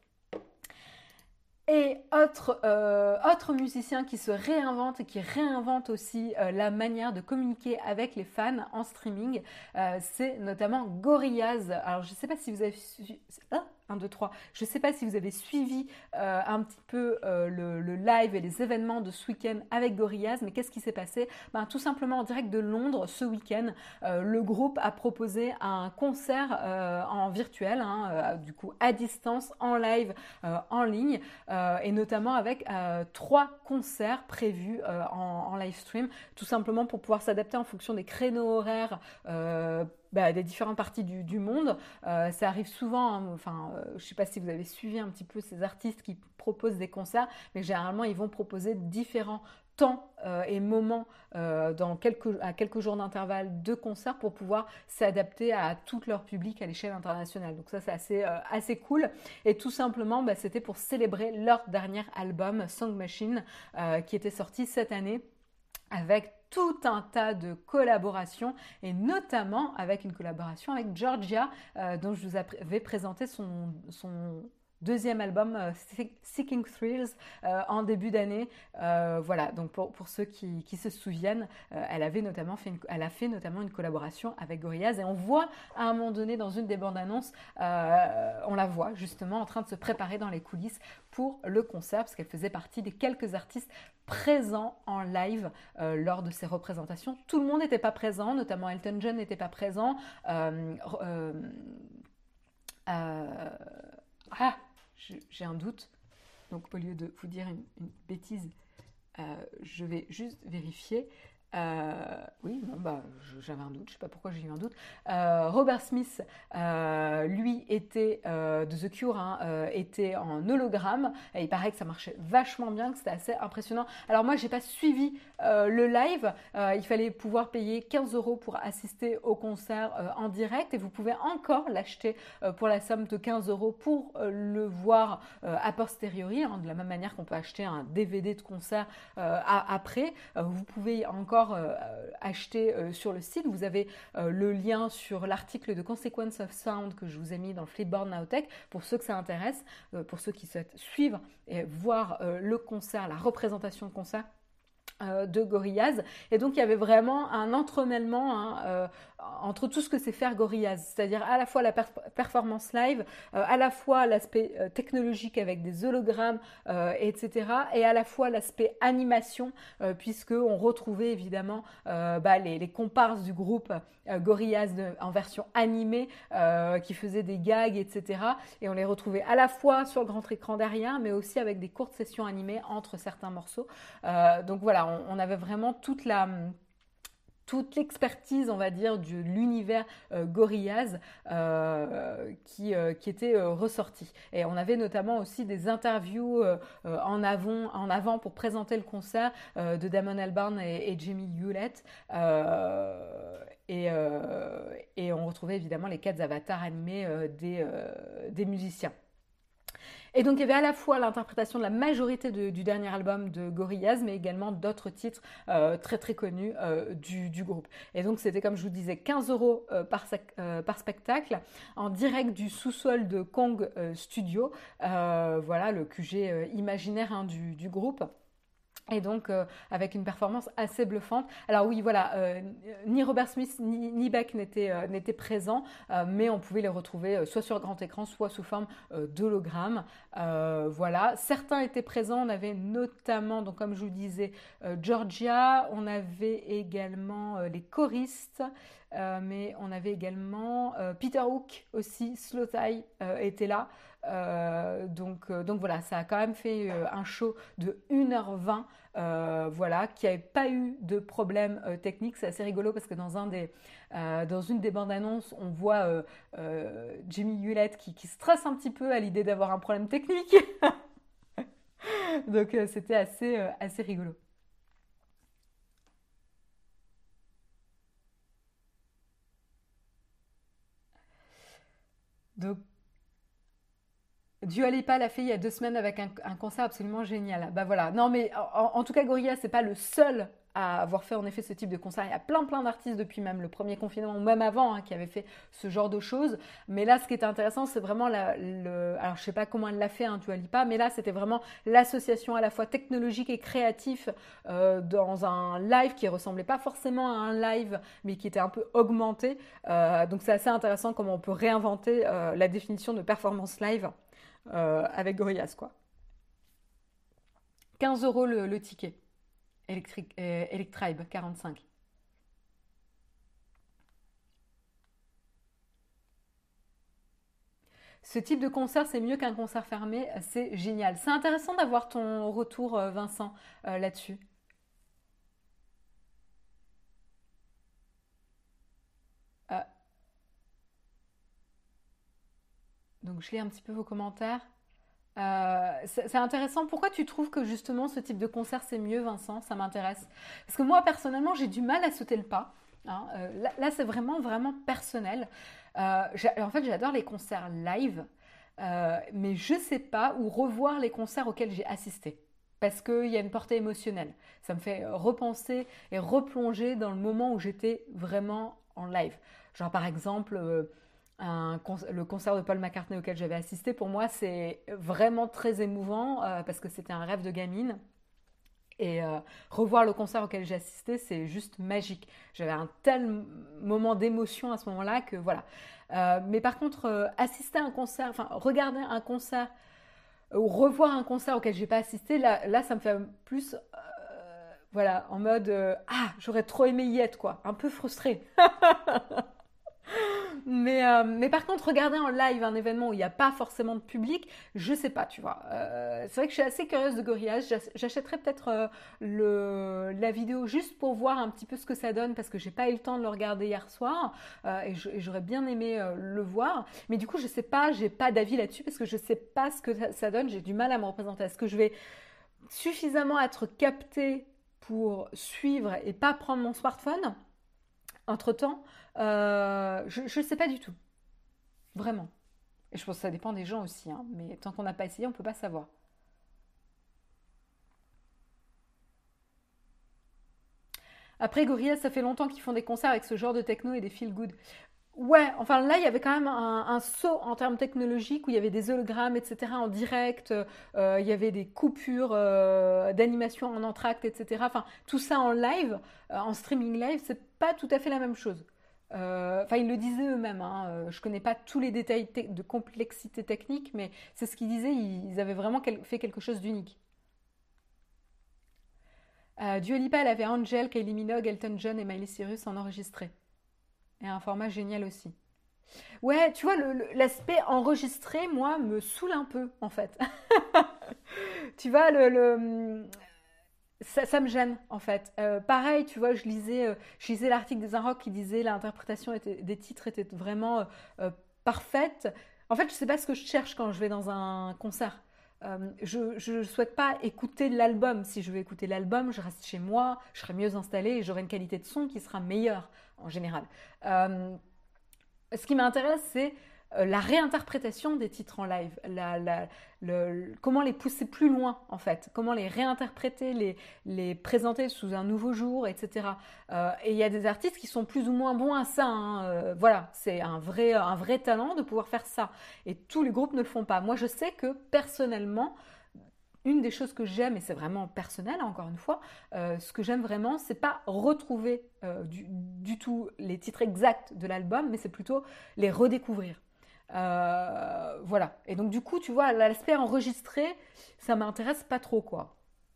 Et autre musicien qui se réinvente et qui réinvente aussi la manière de communiquer avec les fans en streaming, c'est notamment Gorillaz. Alors je ne sais pas si vous avez suivi... 1, 2, 3. Je ne sais pas si vous avez suivi un petit peu le live et les événements de ce week-end avec Gorillaz, mais qu'est-ce qui s'est passé? Tout simplement en direct de Londres ce week-end, le groupe a proposé un concert en virtuel, hein, du coup à distance, en live, en ligne, et notamment avec 3 concerts prévus en live stream, tout simplement pour pouvoir s'adapter en fonction des créneaux horaires des différentes parties du monde. Ça arrive souvent, hein, je ne sais pas si vous avez suivi un petit peu ces artistes qui proposent des concerts, mais généralement ils vont proposer différents temps et moments à quelques jours d'intervalle de concert pour pouvoir s'adapter à tout leur public à l'échelle internationale. Donc ça c'est assez cool, et tout simplement c'était pour célébrer leur dernier album Song Machine qui était sorti cette année. avec tout un tas de collaborations et notamment avec une collaboration avec Georgia dont je vous avais présenté son deuxième album Seeking Thrills en début d'année. Voilà, donc pour ceux qui se souviennent, elle a fait notamment une collaboration avec Gorillaz et on voit à un moment donné dans une des bandes annonces, on la voit justement en train de se préparer dans les coulisses pour le concert parce qu'elle faisait partie des quelques artistes présents en live lors de ces représentations. Tout le monde n'était pas présent, notamment Elton John n'était pas présent. J'ai un doute. Donc au lieu de vous dire une bêtise, je vais juste vérifier. Oui, bon, bah, j'avais un doute, je ne sais pas pourquoi j'ai eu un doute. Robert Smith, lui, était de The Cure, était en hologramme. Et il paraît que ça marchait vachement bien, que c'était assez impressionnant. Alors moi, je n'ai pas suivi le live. Il fallait pouvoir payer 15 € pour assister au concert en direct. Et vous pouvez encore l'acheter pour la somme de 15 € pour le voir a posteriori, de la même manière qu'on peut acheter un DVD de concert après. Vous pouvez encore acheter sur le site. Vous avez le lien sur l'article de Consequence of Sound que je vous ai mis dans le Flipboard Nowtech pour ceux que ça intéresse, pour ceux qui souhaitent suivre et voir le concert, la représentation de concert de Gorillaz. Et donc il y avait vraiment un entremêlement entre tout ce que c'est faire Gorillaz, c'est-à-dire à la fois la performance live, à la fois l'aspect technologique avec des hologrammes, etc. et à la fois l'aspect animation, puisqu'on retrouvait évidemment les comparses du groupe Gorillaz en version animée qui faisaient des gags, etc. Et on les retrouvait à la fois sur le grand écran derrière, mais aussi avec des courtes sessions animées entre certains morceaux. Donc voilà, on avait vraiment toute l'expertise, on va dire, de l'univers Gorillaz qui était ressortie. Et on avait notamment aussi des interviews en avant pour présenter le concert de Damon Albarn et Jamie Hewlett. Et on retrouvait évidemment les 4 avatars animés des musiciens. Et donc il y avait à la fois l'interprétation de la majorité du dernier album de Gorillaz, mais également d'autres titres très très connus du groupe. Et donc c'était, comme je vous disais, 15 € par spectacle, en direct du sous-sol de Kong Studio, voilà le QG imaginaire du groupe. Et donc avec une performance assez bluffante. Alors oui, voilà, ni Robert Smith ni Beck n'étaient présents, mais on pouvait les retrouver soit sur grand écran, soit sous forme d'hologramme. Voilà, certains étaient présents. On avait notamment, donc comme je vous disais, Georgia. On avait également les choristes. Mais on avait également Peter Hook aussi, Slow Tie était là. Donc voilà, ça a quand même fait un show de 1h20 voilà, qui n'avait pas eu de problème technique. C'est assez rigolo parce que dans une des bandes annonces, on voit Jamie Hewlett qui stresse un petit peu à l'idée d'avoir un problème technique. Donc c'était assez rigolo. Donc Dua Lipa l'a fait il y a 2 semaines avec un concert absolument génial. Bah voilà. Non mais en tout cas, Gorillaz, c'est pas le seul à avoir fait en effet ce type de concert. Il y a plein d'artistes depuis même le premier confinement ou même avant qui avaient fait ce genre de choses. Mais là, ce qui était intéressant, c'est vraiment alors je sais pas comment elle l'a fait, Dua Lipa, mais là c'était vraiment l'association à la fois technologique et créatif dans un live qui ressemblait pas forcément à un live, mais qui était un peu augmenté. Donc c'est assez intéressant comment on peut réinventer la définition de performance live avec Gorillaz, quoi. 15 € le ticket. Electribe 45. Ce type de concert, c'est mieux qu'un concert fermé, c'est génial. C'est intéressant d'avoir ton retour, Vincent, là-dessus. Euh, donc je lis un petit peu vos commentaires. C'est intéressant. Pourquoi tu trouves que justement ce type de concert c'est mieux, Vincent? Ça m'intéresse. Parce que moi personnellement j'ai du mal à sauter le pas. Là, c'est vraiment personnel. En fait j'adore les concerts live, mais je sais pas où revoir les concerts auxquels j'ai assisté. parce qu'il y a une portée émotionnelle. Ça me fait repenser et replonger dans le moment où j'étais vraiment en live. Genre par exemple, le concert de Paul McCartney auquel j'avais assisté, pour moi c'est vraiment très émouvant parce que c'était un rêve de gamine. Et revoir le concert auquel j'ai assisté, c'est juste magique. J'avais un tel moment d'émotion à ce moment-là que voilà. Mais par contre, assister à un concert, enfin regarder un concert ou revoir un concert auquel j'ai pas assisté, là ça me fait plus, voilà, en mode ah j'aurais trop aimé y être quoi, un peu frustré. Mais par contre, regarder en live un événement où il n'y a pas forcément de public, je sais pas, tu vois. C'est vrai que je suis assez curieuse de Gorillaz. J'achèterais peut-être la vidéo juste pour voir un petit peu ce que ça donne parce que j'ai pas eu le temps de le regarder hier soir et j'aurais bien aimé le voir. Mais du coup, je sais pas, j'ai pas d'avis là-dessus parce que je sais pas ce que ça donne. J'ai du mal à me représenter. Est-ce que je vais suffisamment être captée pour suivre et pas prendre mon smartphone entre-temps? Je ne sais pas du tout, vraiment. Et je pense que ça dépend des gens aussi, hein, mais tant qu'on n'a pas essayé, on ne peut pas savoir. Après, Gorillaz, ça fait longtemps qu'ils font des concerts avec ce genre de techno et des feel good. Ouais, enfin là, il y avait quand même un saut en termes technologiques où il y avait des hologrammes, etc. en direct, il y avait des coupures d'animation en entracte, etc. Enfin, tout ça en live, en streaming live, c'est pas tout à fait la même chose. Enfin, ils le disaient eux-mêmes, hein, je connais pas tous les détails de complexité technique, mais c'est ce qu'ils disaient, ils avaient vraiment fait quelque chose d'unique. Dua Lipa, elle avait Angel, Kylie Minogue, Elton John et Miley Cyrus en enregistré. Et un format génial aussi. Ouais, tu vois, l'aspect enregistré, moi, me saoule un peu, en fait. Tu vois, ça me gêne, en fait. Pareil, tu vois, je lisais l'article des Inrocks qui disait l'interprétation des titres était vraiment parfaite. En fait, je sais pas ce que je cherche quand je vais dans un concert. Je ne souhaite pas écouter l'album. Si je veux écouter l'album, je reste chez moi, je serai mieux installée et j'aurai une qualité de son qui sera meilleure en général. Euh, Ce qui m'intéresse, c'est la réinterprétation des titres en live, comment les pousser plus loin en fait, comment les réinterpréter, les présenter sous un nouveau jour, etc. Et il y a des artistes qui sont plus ou moins bons à ça, hein. Voilà, c'est un vrai talent de pouvoir faire ça. Et tous les groupes ne le font pas. Moi, je sais que personnellement, une des choses que j'aime, et c'est vraiment personnel, hein, encore une fois, ce que j'aime vraiment, c'est pas retrouver du tout les titres exacts de l'album, mais c'est plutôt les redécouvrir. Voilà. Et donc, du coup, tu vois, l'aspect enregistré, ça m'intéresse pas trop, quoi.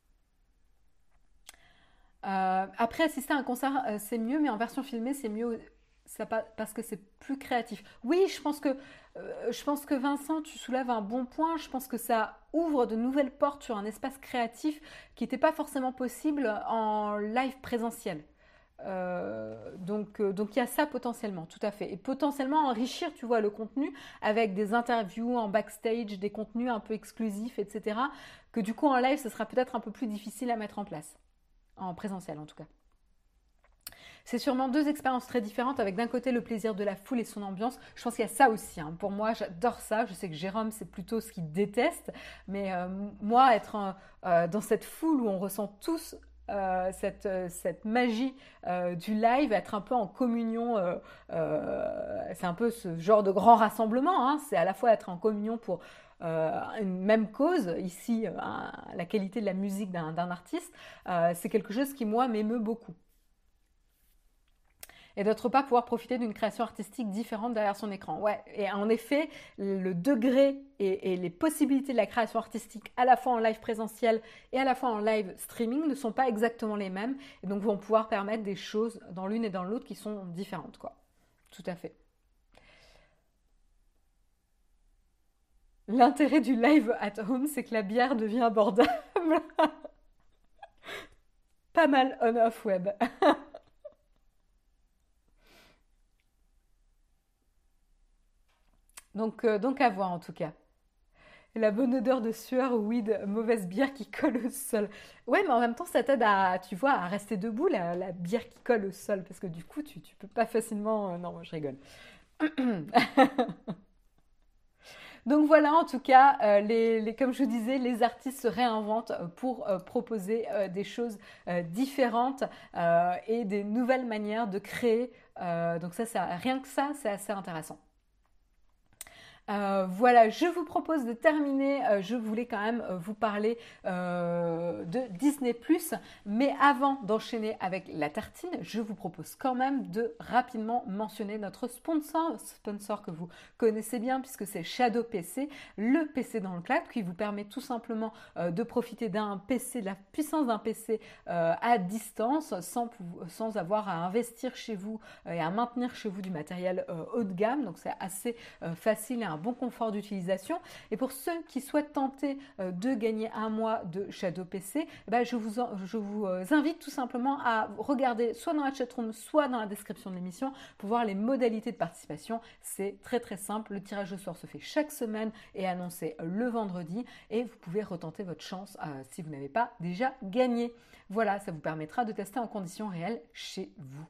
Après, assister à un concert, c'est mieux, mais en version filmée, c'est mieux parce que c'est plus créatif. Oui, je pense que Vincent, tu soulèves un bon point. Je pense que ça ouvre de nouvelles portes sur un espace créatif qui n'était pas forcément possible en live présentiel. Donc il y a ça potentiellement, tout à fait. Et potentiellement enrichir, tu vois, le contenu avec des interviews en backstage, des contenus un peu exclusifs, etc. Que du coup en live, ce sera peut-être un peu plus difficile à mettre en place. En présentiel en tout cas. C'est sûrement deux expériences très différentes avec d'un côté le plaisir de la foule et son ambiance. Je pense qu'il y a ça aussi, hein. Pour moi, j'adore ça. Je sais que Jérôme, c'est plutôt ce qu'il déteste. Mais moi, être dans cette foule où on ressent tous cette magie du live, être un peu en communion, c'est un peu ce genre de grand rassemblement, hein. C'est à la fois être en communion pour une même cause, ici la qualité de la musique d'un artiste, c'est quelque chose qui moi m'émeut beaucoup. Et d'autre part, pouvoir profiter d'une création artistique différente derrière son écran. Ouais, et en effet, le degré et les possibilités de la création artistique à la fois en live présentiel et à la fois en live streaming ne sont pas exactement les mêmes et donc vont pouvoir permettre des choses dans l'une et dans l'autre qui sont différentes, quoi. Tout à fait. L'intérêt du live at home, c'est que la bière devient abordable. Pas mal on-off web. Donc à voir en tout cas. La bonne odeur de sueur ou weed, mauvaise bière qui colle au sol. Ouais, mais en même temps, ça t'aide à, tu vois, à rester debout, la bière qui colle au sol, parce que du coup, tu peux pas facilement... non, moi, je rigole. Donc voilà, en tout cas, comme je vous disais, les artistes se réinventent pour proposer des choses différentes et des nouvelles manières de créer. Donc rien que ça, c'est assez intéressant. Voilà, je vous propose de terminer. Je voulais quand même vous parler de Disney+, mais avant d'enchaîner avec la tartine, je vous propose quand même de rapidement mentionner notre sponsor que vous connaissez bien puisque c'est Shadow PC, le PC dans le cloud qui vous permet tout simplement de profiter d'un PC, de la puissance d'un PC à distance sans avoir à investir chez vous et à maintenir chez vous du matériel haut de gamme. Donc c'est assez facile et un bon confort d'utilisation. Et pour ceux qui souhaitent tenter de gagner un mois de Shadow PC, je vous invite tout simplement à regarder soit dans la chatroom, soit dans la description de l'émission pour voir les modalités de participation. C'est très très simple. Le tirage au sort se fait chaque semaine et est annoncé le vendredi et vous pouvez retenter votre chance si vous n'avez pas déjà gagné. Voilà, ça vous permettra de tester en conditions réelles chez vous.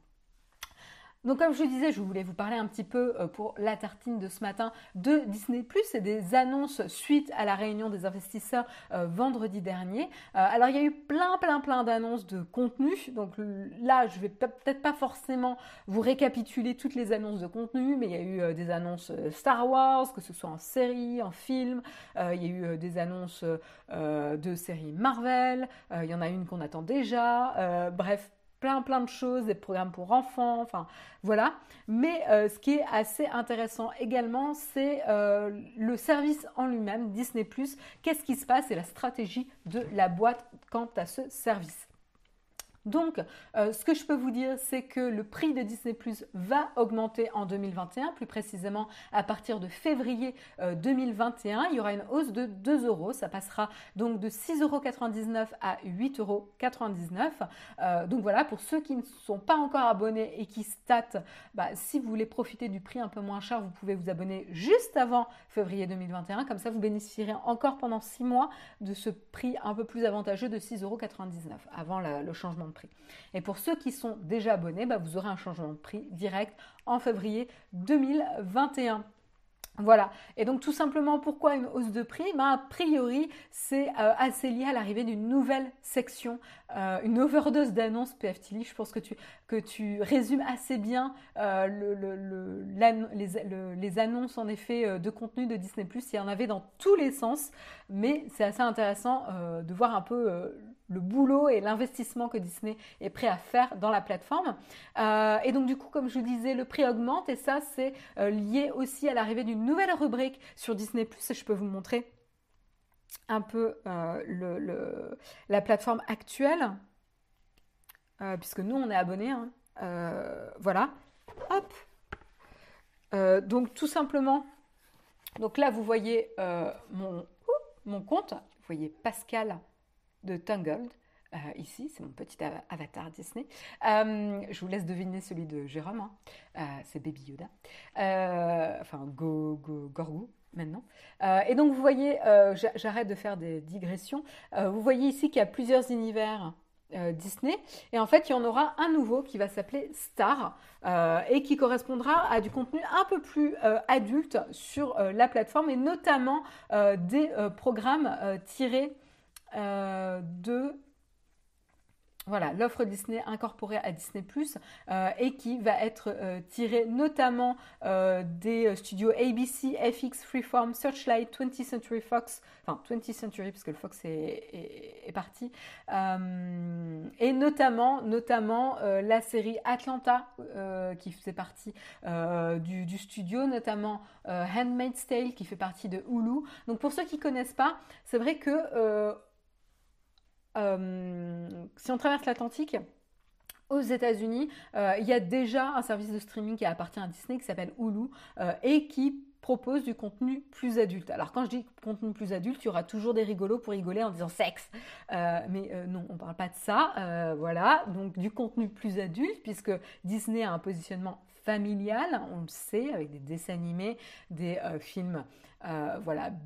Donc comme je vous disais, je voulais vous parler un petit peu pour la tartine de ce matin de Disney+, et des annonces suite à la réunion des investisseurs vendredi dernier. Alors il y a eu plein d'annonces de contenu, donc là je vais peut-être pas forcément vous récapituler toutes les annonces de contenu, mais il y a eu des annonces Star Wars, que ce soit en série, en film, il y a eu des annonces de séries Marvel, il y en a une qu'on attend déjà, bref, plein de choses, des programmes pour enfants, enfin voilà. Mais ce qui est assez intéressant également, c'est le service en lui-même, Disney+. Qu'est-ce qui se passe et la stratégie de la boîte quant à ce service. Donc, ce que je peux vous dire, c'est que le prix de Disney+ va augmenter en 2021, plus précisément à partir de février 2021. Il y aura une hausse de 2 euros. Ça passera donc de 6,99 € à 8,99 €. Donc voilà, pour ceux qui ne sont pas encore abonnés et qui se tâtent, si vous voulez profiter du prix un peu moins cher, vous pouvez vous abonner juste avant février 2021. Comme ça, vous bénéficierez encore pendant 6 mois de ce prix un peu plus avantageux de 6,99 € avant le changement de prix. Et pour ceux qui sont déjà abonnés, vous aurez un changement de prix direct en février 2021. Voilà, et donc tout simplement pourquoi une hausse de prix? A priori c'est assez lié à l'arrivée d'une nouvelle section, une overdose d'annonces PFTLI. Je pense que tu résumes assez bien les annonces en effet de contenu de Disney+. Il y en avait dans tous les sens, mais c'est assez intéressant de voir un peu le boulot et l'investissement que Disney est prêt à faire dans la plateforme. Et donc du coup, comme je vous disais, le prix augmente et ça c'est lié aussi à l'arrivée d'une nouvelle rubrique sur Disney+. Et je peux vous montrer un peu la plateforme actuelle, puisque nous on est abonnés. Voilà. Hop. Donc tout simplement, donc là vous voyez mon compte, vous voyez Pascal de Tangled. Ici, c'est mon petit avatar Disney. Je vous laisse deviner celui de Jérôme. C'est Baby Yoda. Enfin, Gorgou maintenant. Et donc, vous voyez, j'arrête de faire des digressions. Vous voyez ici qu'il y a plusieurs univers Disney. Et en fait, il y en aura un nouveau qui va s'appeler Star et qui correspondra à du contenu un peu plus adulte sur la plateforme et notamment des programmes tirés de voilà, l'offre Disney incorporée à Disney+, et qui va être tirée notamment des studios ABC, FX, Freeform, Searchlight, 20th Century Fox, enfin 20th Century parce que le Fox est parti, et notamment la série Atlanta qui faisait partie du studio, notamment Handmaid's Tale qui fait partie de Hulu. Donc pour ceux qui ne connaissent pas, c'est vrai que si on traverse l'Atlantique, aux États-Unis, il y a déjà un service de streaming qui appartient à Disney qui s'appelle Hulu et qui propose du contenu plus adulte. Alors quand je dis contenu plus adulte, il y aura toujours des rigolos pour rigoler en disant sexe. Mais non, on ne parle pas de ça. Voilà, donc du contenu plus adulte puisque Disney a un positionnement familial, on le sait, avec des dessins animés, des films, voilà,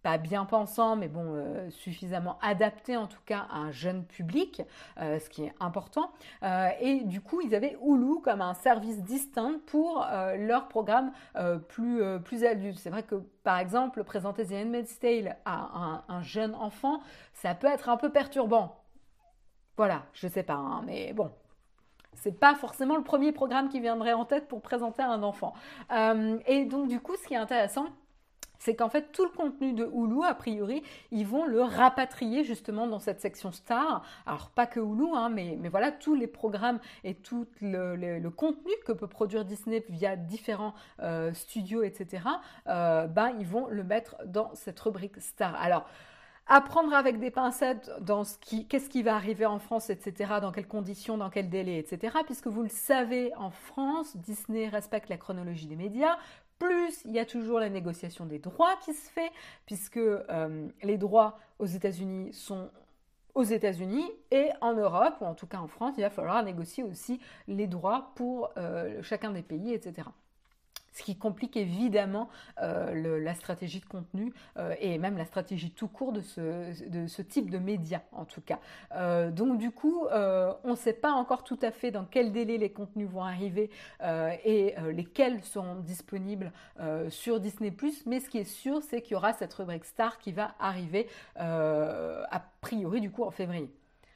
pas bien pensant, mais bon, suffisamment adapté en tout cas à un jeune public, ce qui est important. Et du coup, ils avaient Hulu comme un service distinct pour leurs programmes plus adultes. C'est vrai que, par exemple, présenter The Handmaid's Tale à un jeune enfant, ça peut être un peu perturbant. Voilà, je sais pas, hein, mais bon, c'est pas forcément le premier programme qui viendrait en tête pour présenter à un enfant. Et donc, du coup, ce qui est intéressant, c'est qu'en fait, tout le contenu de Hulu, a priori, ils vont le rapatrier justement dans cette section Star. Alors, pas que Hulu, hein, mais voilà, tous les programmes et tout le contenu que peut produire Disney via différents studios, etc., ils vont le mettre dans cette rubrique Star. Alors, à prendre avec des pincettes dans qu'est-ce qui va arriver en France, etc., dans quelles conditions, dans quel délai, etc., puisque vous le savez, en France, Disney respecte la chronologie des médias. Plus, il y a toujours la négociation des droits qui se fait, puisque les droits aux États-Unis sont aux États-Unis et en Europe, ou en tout cas en France, il va falloir négocier aussi les droits pour chacun des pays, etc. Ce qui complique évidemment la stratégie de contenu et même la stratégie tout court de ce type de médias en tout cas. Donc du coup, on ne sait pas encore tout à fait dans quel délai les contenus vont arriver et lesquels seront disponibles sur Disney+, mais ce qui est sûr, c'est qu'il y aura cette rubrique Star qui va arriver a priori du coup en février.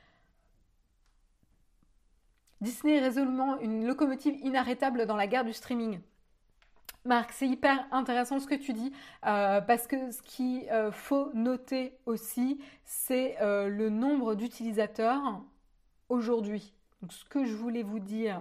Disney est résolument une locomotive inarrêtable dans la guerre du streaming. Marc, c'est hyper intéressant ce que tu dis parce que ce qu'il faut noter aussi, c'est le nombre d'utilisateurs aujourd'hui. Donc, ce que je voulais vous dire,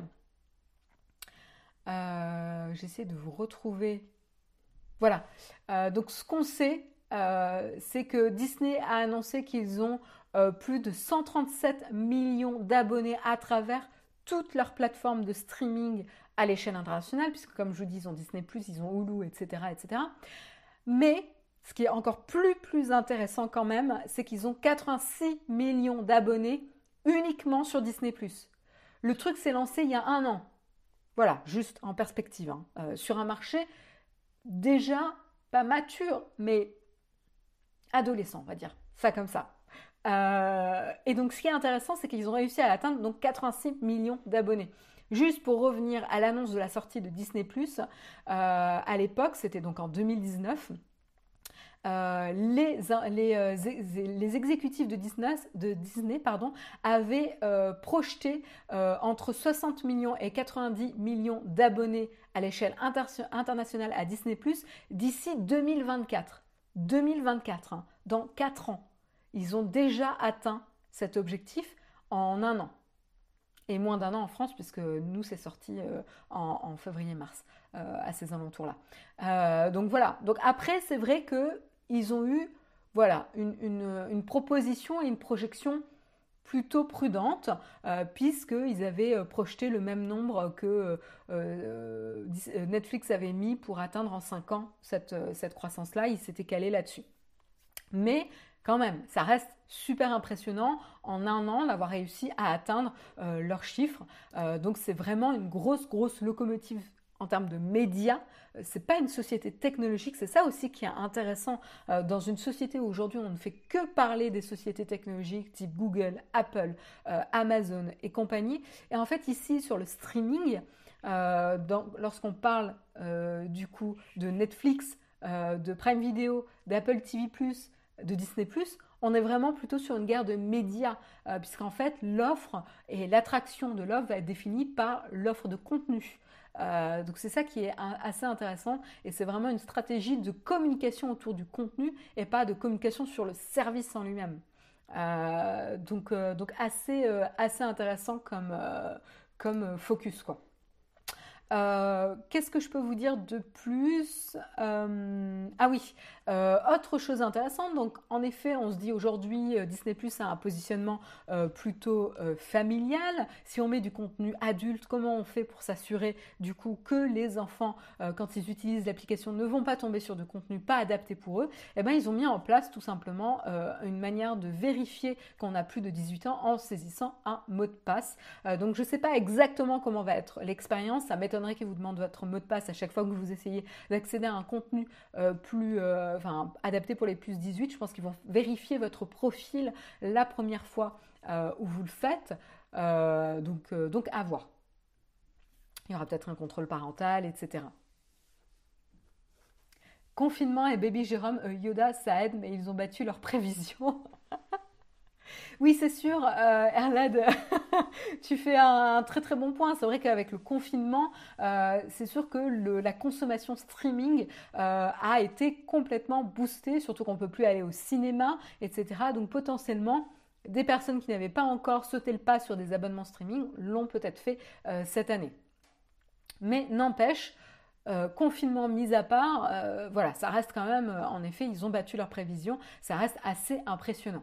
j'essaie de vous retrouver. Voilà. Donc, ce qu'on sait, c'est que Disney a annoncé qu'ils ont plus de 137 millions d'abonnés à travers toutes leurs plateformes de streaming à l'échelle internationale, puisque comme je vous dis, ils ont Disney+, ils ont Hulu, etc., etc. Mais ce qui est encore plus intéressant quand même, c'est qu'ils ont 86 millions d'abonnés uniquement sur Disney+. Le truc s'est lancé il y a 1 an. Voilà, juste en perspective. Sur un marché déjà pas mature, mais adolescent, on va dire. Ça comme ça. Et donc, ce qui est intéressant, c'est qu'ils ont réussi à atteindre donc 86 millions d'abonnés. Juste pour revenir à l'annonce de la sortie de Disney+, à l'époque, c'était donc en 2019, les exécutifs de Disney avaient projeté entre 60 millions et 90 millions d'abonnés à l'échelle internationale à Disney+, d'ici 2024. 2024, hein, dans 4 ans. Ils ont déjà atteint cet objectif en 1 an. Et moins d'1 an en France, puisque nous, c'est sorti en février-mars, à ces alentours-là. Donc voilà. Donc après, c'est vrai qu'ils ont eu une proposition et une projection plutôt prudente, puisqu'ils avaient projeté le même nombre que Netflix avait mis pour atteindre en 5 ans cette croissance-là. Ils s'étaient calés là-dessus. Mais quand même, ça reste super impressionnant en 1 an d'avoir réussi à atteindre leurs chiffres. Donc c'est vraiment une grosse locomotive en termes de médias. C'est pas une société technologique, c'est ça aussi qui est intéressant dans une société où aujourd'hui on ne fait que parler des sociétés technologiques type Google, Apple, Amazon et compagnie. Et en fait ici sur le streaming, lorsqu'on parle du coup de Netflix, de Prime Video, d'Apple TV+, de Disney+, on est vraiment plutôt sur une guerre de médias, puisqu'en fait l'offre et l'attraction de l'offre va être définie par l'offre de contenu. Donc c'est ça qui est assez intéressant et c'est vraiment une stratégie de communication autour du contenu et pas de communication sur le service en lui-même. Donc assez intéressant comme focus, quoi. Qu'est-ce que je peux vous dire de plus? Ah oui, autre chose intéressante, donc en effet on se dit aujourd'hui Disney+ a un positionnement plutôt familial. Si on met du contenu adulte, comment on fait pour s'assurer du coup que les enfants quand ils utilisent l'application ne vont pas tomber sur du contenu pas adapté pour eux? Eh bien ils ont mis en place tout simplement une manière de vérifier qu'on a plus de 18 ans en saisissant un mot de passe. Donc je ne sais pas exactement comment va être l'expérience, ça m'étonnerait m'étonnerait qu'ils vous demandent votre mot de passe à chaque fois que vous essayez d'accéder à un contenu adapté pour les plus 18. Je pense qu'ils vont vérifier votre profil la première fois où vous le faites. Donc à voir. Il y aura peut-être un contrôle parental, etc. Confinement et bébé Jérôme, Yoda, ça aide, mais ils ont battu leurs prévisions. Oui, c'est sûr, Erlad, tu fais un très très bon point. C'est vrai qu'avec le confinement, c'est sûr que la consommation streaming a été complètement boostée, surtout qu'on ne peut plus aller au cinéma, etc. Donc potentiellement, des personnes qui n'avaient pas encore sauté le pas sur des abonnements streaming l'ont peut-être fait cette année. Mais n'empêche, confinement mis à part, voilà, ça reste quand même, en effet, ils ont battu leurs prévisions, ça reste assez impressionnant.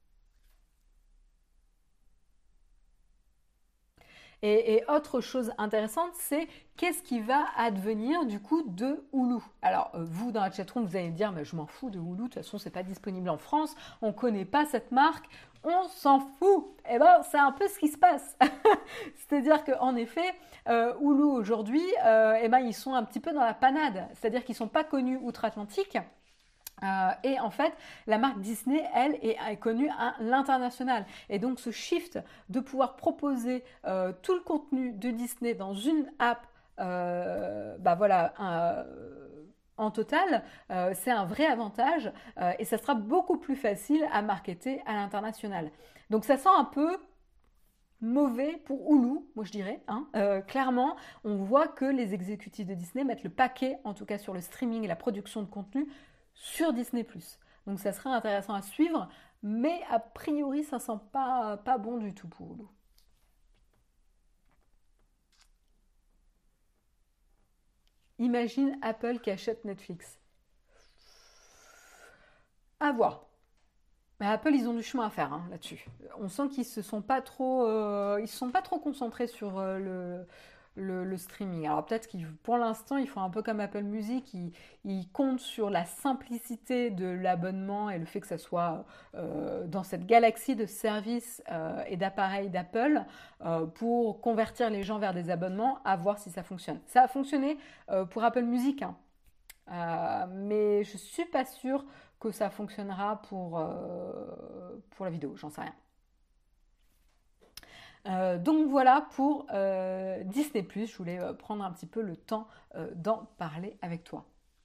Et autre chose intéressante, c'est qu'est-ce qui va advenir du coup de Hulu. Alors vous dans la chatroom, vous allez me dire, mais je m'en fous de Hulu, de toute façon c'est pas disponible en France, on connaît pas cette marque, on s'en fout. Eh ben c'est un peu ce qui se passe. C'est-à-dire qu'en effet, Hulu aujourd'hui, eh ben, ils sont un petit peu dans la panade, c'est-à-dire qu'ils sont pas connus outre-Atlantique. Et en fait, la marque Disney, elle, est connue à l'international. Et donc, ce shift de pouvoir proposer tout le contenu de Disney dans une app, en total, c'est un vrai avantage et ça sera beaucoup plus facile à marketer à l'international. Donc, ça sent un peu mauvais pour Hulu, moi je dirais. Clairement, on voit que les exécutifs de Disney mettent le paquet, en tout cas sur le streaming et la production de contenu, sur Disney+. Donc ça serait intéressant à suivre, mais a priori ça sent pas bon du tout pour Hulu. Imagine Apple qui achète Netflix. À voir. Mais Apple, ils ont du chemin à faire là-dessus. On sent qu'ils se sont pas trop concentrés sur le streaming. Alors peut-être qu'ils, pour l'instant, ils font un peu comme Apple Music, ils comptent sur la simplicité de l'abonnement et le fait que ça soit dans cette galaxie de services et d'appareils d'Apple pour convertir les gens vers des abonnements, à voir si ça fonctionne. Ça a fonctionné pour Apple Music, mais je suis pas sûre que ça fonctionnera pour la vidéo, j'en sais rien. Donc voilà pour Disney+, je voulais prendre un petit peu le temps d'en parler avec toi.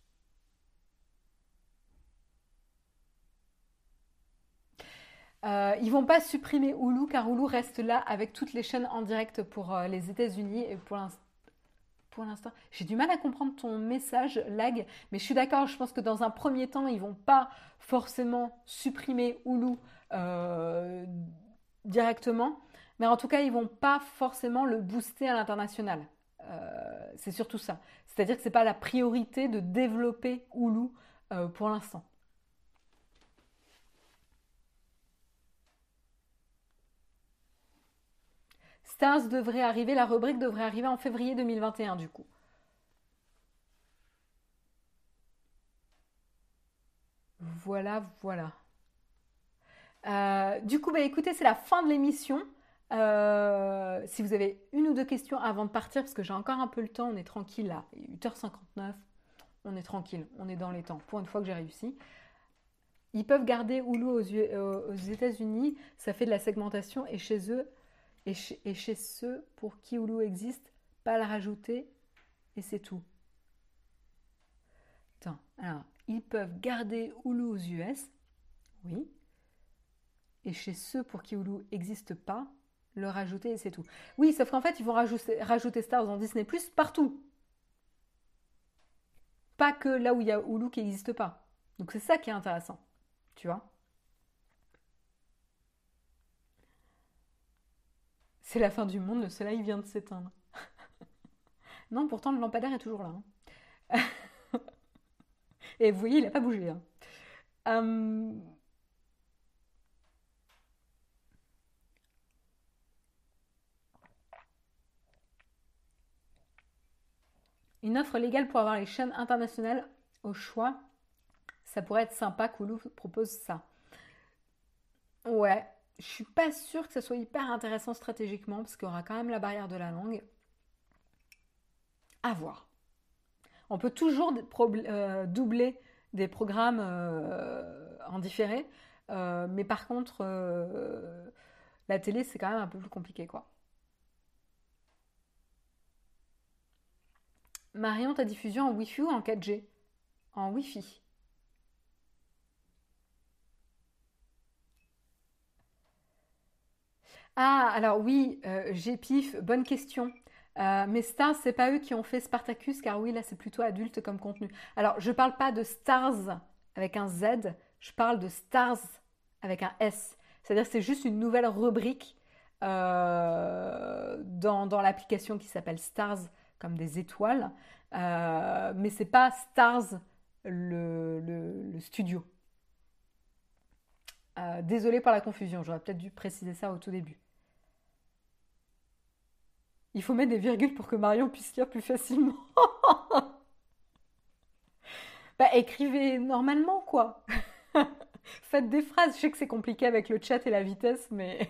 Ils vont pas supprimer Hulu car Hulu reste là avec toutes les chaînes en direct pour les États-Unis et pour l'instant, j'ai du mal à comprendre ton message lag, mais je suis d'accord, je pense que dans un premier temps, ils vont pas forcément supprimer Hulu directement, mais en tout cas, ils vont pas forcément le booster à l'international. C'est surtout ça. C'est-à-dire que c'est pas la priorité de développer Hulu pour l'instant. Stars devrait arriver, la rubrique devrait arriver en février 2021 du coup. Voilà, voilà. Du coup, bah, écoutez, c'est la fin de l'émission. Si vous avez une ou deux questions avant de partir, parce que j'ai encore un peu le temps, on est tranquille là, 8h59, on est tranquille, on est dans les temps, pour une fois que j'ai réussi. Ils peuvent garder Hulu aux États-Unis, ça fait de la segmentation, et chez eux, et chez ceux pour qui Hulu existe, pas le rajouter, et c'est tout. Attends, alors, ils peuvent garder Hulu aux US, oui, et chez ceux pour qui Hulu n'existe pas, le rajouter et c'est tout. Oui, sauf qu'en fait, ils vont rajouter Stars en Disney Plus partout. Pas que là où il y a Hulu qui n'existe pas. Donc c'est ça qui est intéressant. Tu vois. C'est la fin du monde, le soleil vient de s'éteindre. Non, pourtant le lampadaire est toujours là. Et vous voyez, il n'a pas bougé. Euh, Une offre légale pour avoir les chaînes internationales au choix, ça pourrait être sympa qu'Hulu propose ça. Ouais, je suis pas sûre que ça soit hyper intéressant stratégiquement parce qu'il y aura quand même la barrière de la langue. À voir. On peut toujours doubler des programmes en différé, mais par contre, la télé, c'est quand même un peu plus compliqué, quoi. Marion, ta diffusion en Wi-Fi ou en 4G? En Wi-Fi. Ah, alors oui, j'ai pif, bonne question. Mais Stars, c'est pas eux qui ont fait Spartacus, car oui, là, c'est plutôt adulte comme contenu. Alors, je parle pas de Stars avec un Z, je parle de Stars avec un S. C'est-à-dire que c'est juste une nouvelle rubrique dans l'application qui s'appelle Stars, comme des étoiles. Mais c'est pas Stars le studio. Désolée pour la confusion, j'aurais peut-être dû préciser ça au tout début. Il faut mettre des virgules pour que Marion puisse lire plus facilement. Bah, écrivez normalement, quoi. Faites des phrases. Je sais que c'est compliqué avec le chat et la vitesse, mais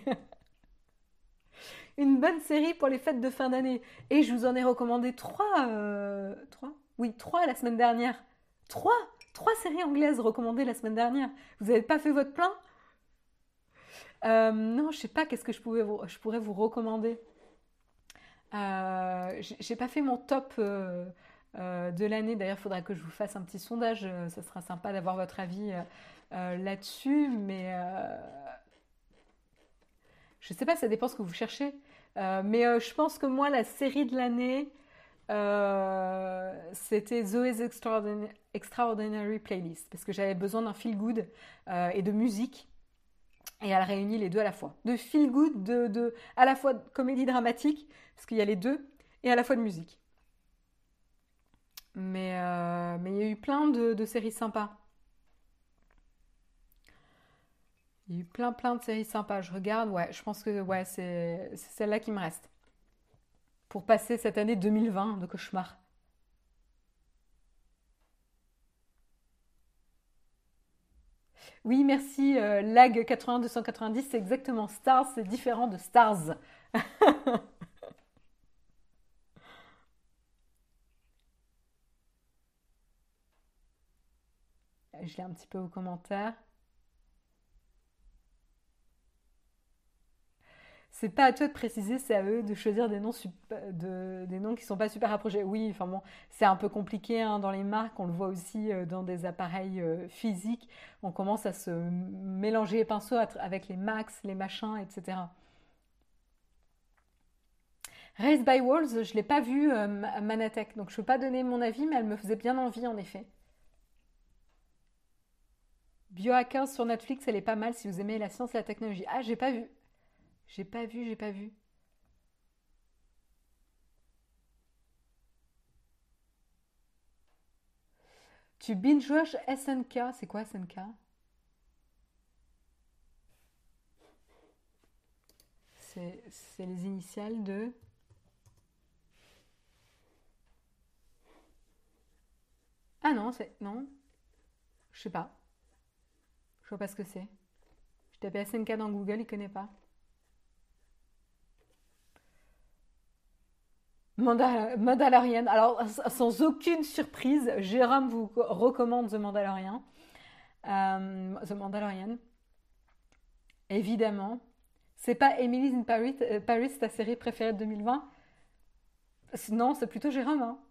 une bonne série pour les fêtes de fin d'année. Et je vous en ai recommandé trois. Trois? Oui, trois la semaine dernière. Trois? Trois séries anglaises recommandées la semaine dernière. Vous n'avez pas fait votre plein? Non, je sais pas qu'est-ce que je pourrais vous recommander. J'ai pas fait mon top de l'année. D'ailleurs, il faudra que je vous fasse un petit sondage. Ça sera sympa d'avoir votre avis là-dessus. Mais je sais pas, ça dépend ce que vous cherchez. Mais je pense que moi, la série de l'année, c'était Zoé's Extraordinary Playlist. Parce que j'avais besoin d'un feel good et de musique. Et elle réunit les deux à la fois. De feel good, à la fois de comédie dramatique, parce qu'il y a les deux, et à la fois de musique. Mais il y a eu plein de séries sympas. Il y a eu plein de séries sympas. Je regarde, ouais, je pense que ouais, c'est celle-là qui me reste. Pour passer cette année 2020 de cauchemar. Oui, merci. Lag 80-290, c'est exactement Stars, c'est différent de Stars. Je l'ai un petit peu aux commentaires. C'est pas à toi de préciser, c'est à eux de choisir des noms qui sont pas super approchés. Oui, enfin bon, c'est un peu compliqué hein, dans les marques, on le voit aussi dans des appareils physiques. On commence à se mélanger les pinceaux avec les Max, les machins, etc. Race by Wolves, je l'ai pas vu Manatech, donc je peux pas donner mon avis, mais elle me faisait bien envie en effet. Biohackers sur Netflix, elle est pas mal si vous aimez la science et la technologie. Ah, j'ai pas vu. J'ai pas vu. Tu binge-watch SNK, c'est quoi SNK? C'est les initiales de... Ah non, c'est... Non, je sais pas. Je vois pas ce que c'est. Je tapais SNK dans Google, il connaît pas. Mandalorian. Alors, sans aucune surprise, Jérôme vous recommande The Mandalorian. The Mandalorian, évidemment. C'est pas Emily in Paris, Paris, ta série préférée de 2020? Non, c'est plutôt Jérôme. Hein.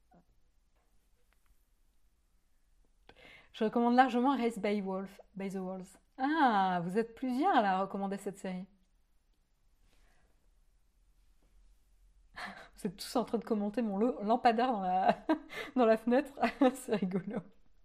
Je recommande largement Race by the Wolves. Ah, vous êtes plusieurs à la recommander cette série. Vous êtes tous en train de commenter mon lampadaire dans la fenêtre. C'est rigolo.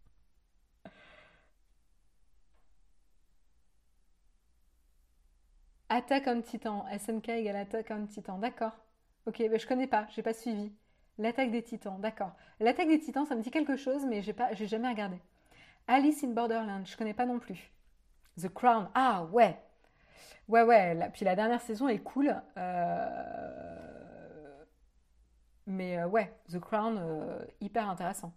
Attack on Titan. SNK égale Attack on Titan. D'accord. Ok, mais je connais pas, j'ai pas suivi. L'attaque des titans, d'accord. L'attaque des titans, ça me dit quelque chose, mais j'ai jamais regardé. Alice in Borderland, je connais pas non plus. The Crown, ah ouais, ouais. Puis la dernière saison est cool, mais ouais, The Crown, hyper intéressant.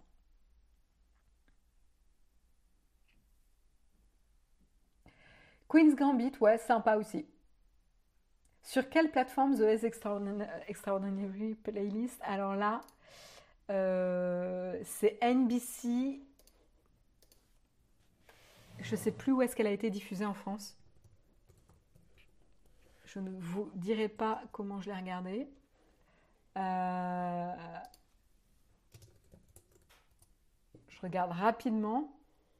Queen's Gambit, ouais, sympa aussi. Sur quelle plateforme The Extraordinary Playlist? Alors là, C'est NBC. Je ne sais plus où est-ce qu'elle a été diffusée en France. Je ne vous dirai pas comment je l'ai regardée. Je regarde rapidement.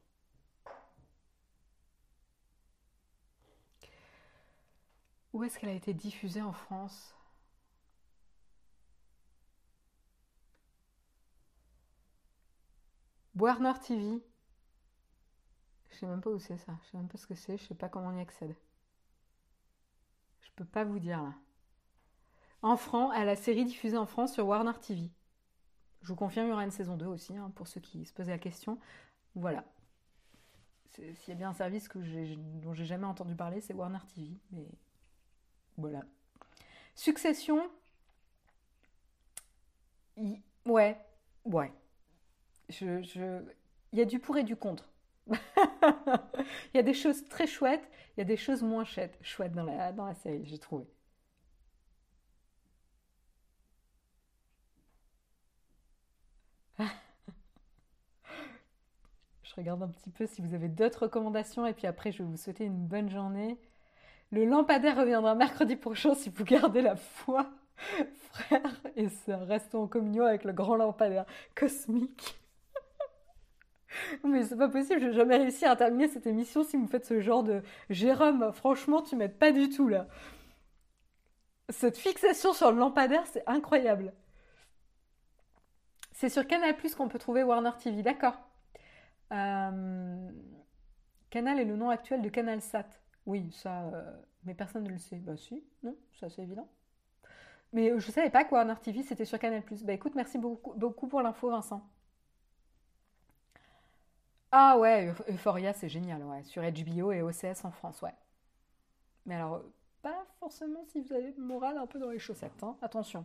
Où est-ce qu'elle a été diffusée en France? Warner TV. Je sais même pas où c'est ça. Je sais même pas ce que c'est. Je sais pas comment on y accède. Je peux pas vous dire là. En France, à la série diffusée en France sur Warner TV. Je vous confirme, il y aura une saison 2 aussi, hein, pour ceux qui se posaient la question. Voilà. S'il y a bien un service dont j'ai jamais entendu parler, c'est Warner TV. Mais voilà. Succession. Ouais. Ouais. Il y a du pour et du contre. Il y a des choses très chouettes, il y a des choses moins chouettes dans la série, j'ai trouvé. Je regarde un petit peu si vous avez d'autres recommandations et puis après je vais vous souhaiter une bonne journée. Le lampadaire reviendra mercredi prochain si vous gardez la foi, frère, et restons en communion avec le grand lampadaire cosmique. Mais c'est pas possible, je n'ai jamais réussi à terminer cette émission si vous me faites ce genre de... Jérôme, franchement, tu m'aides pas du tout là. Cette fixation sur le lampadaire, c'est incroyable. C'est sur Canal+ qu'on peut trouver Warner TV, d'accord. Euh, Canal est le nom actuel de CanalSat. Oui, ça, mais personne ne le sait. Bah si, non, ça c'est évident. Mais je savais pas que Warner TV c'était sur Canal+. Bah écoute, merci beaucoup pour l'info, Vincent. Ah ouais, Euphoria c'est génial, ouais, sur HBO et OCS en France, ouais. Mais alors, pas forcément si vous avez le moral un peu dans les chaussettes, hein. Attention.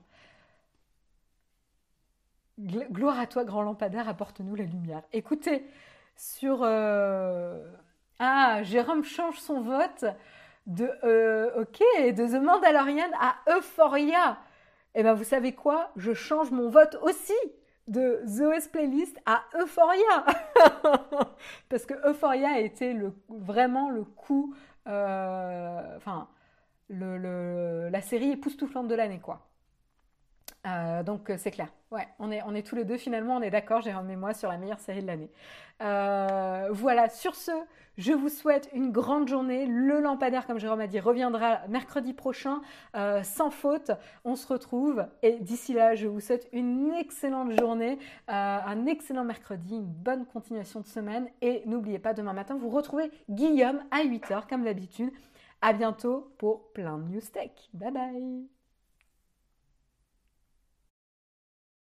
Gloire à toi, grand lampadaire, apporte-nous la lumière. Écoutez, sur... Ah, Jérôme change son vote ok, de The Mandalorian à Euphoria. Eh ben, vous savez quoi? Je change mon vote aussi de The OS Playlist à Euphoria. Parce que Euphoria a été vraiment le coup... Enfin, la série époustouflante de l'année, quoi. Donc c'est clair. Ouais, on est tous les deux finalement, on est d'accord, Jérôme et moi, sur la meilleure série de l'année. Voilà, sur ce, je vous souhaite une grande journée. Le lampadaire, comme Jérôme a dit, reviendra mercredi prochain, sans faute. On se retrouve et d'ici là, je vous souhaite une excellente journée, un excellent mercredi, une bonne continuation de semaine. Et n'oubliez pas, demain matin, vous retrouvez Guillaume à 8h comme d'habitude. À bientôt pour plein de news tech. Bye bye.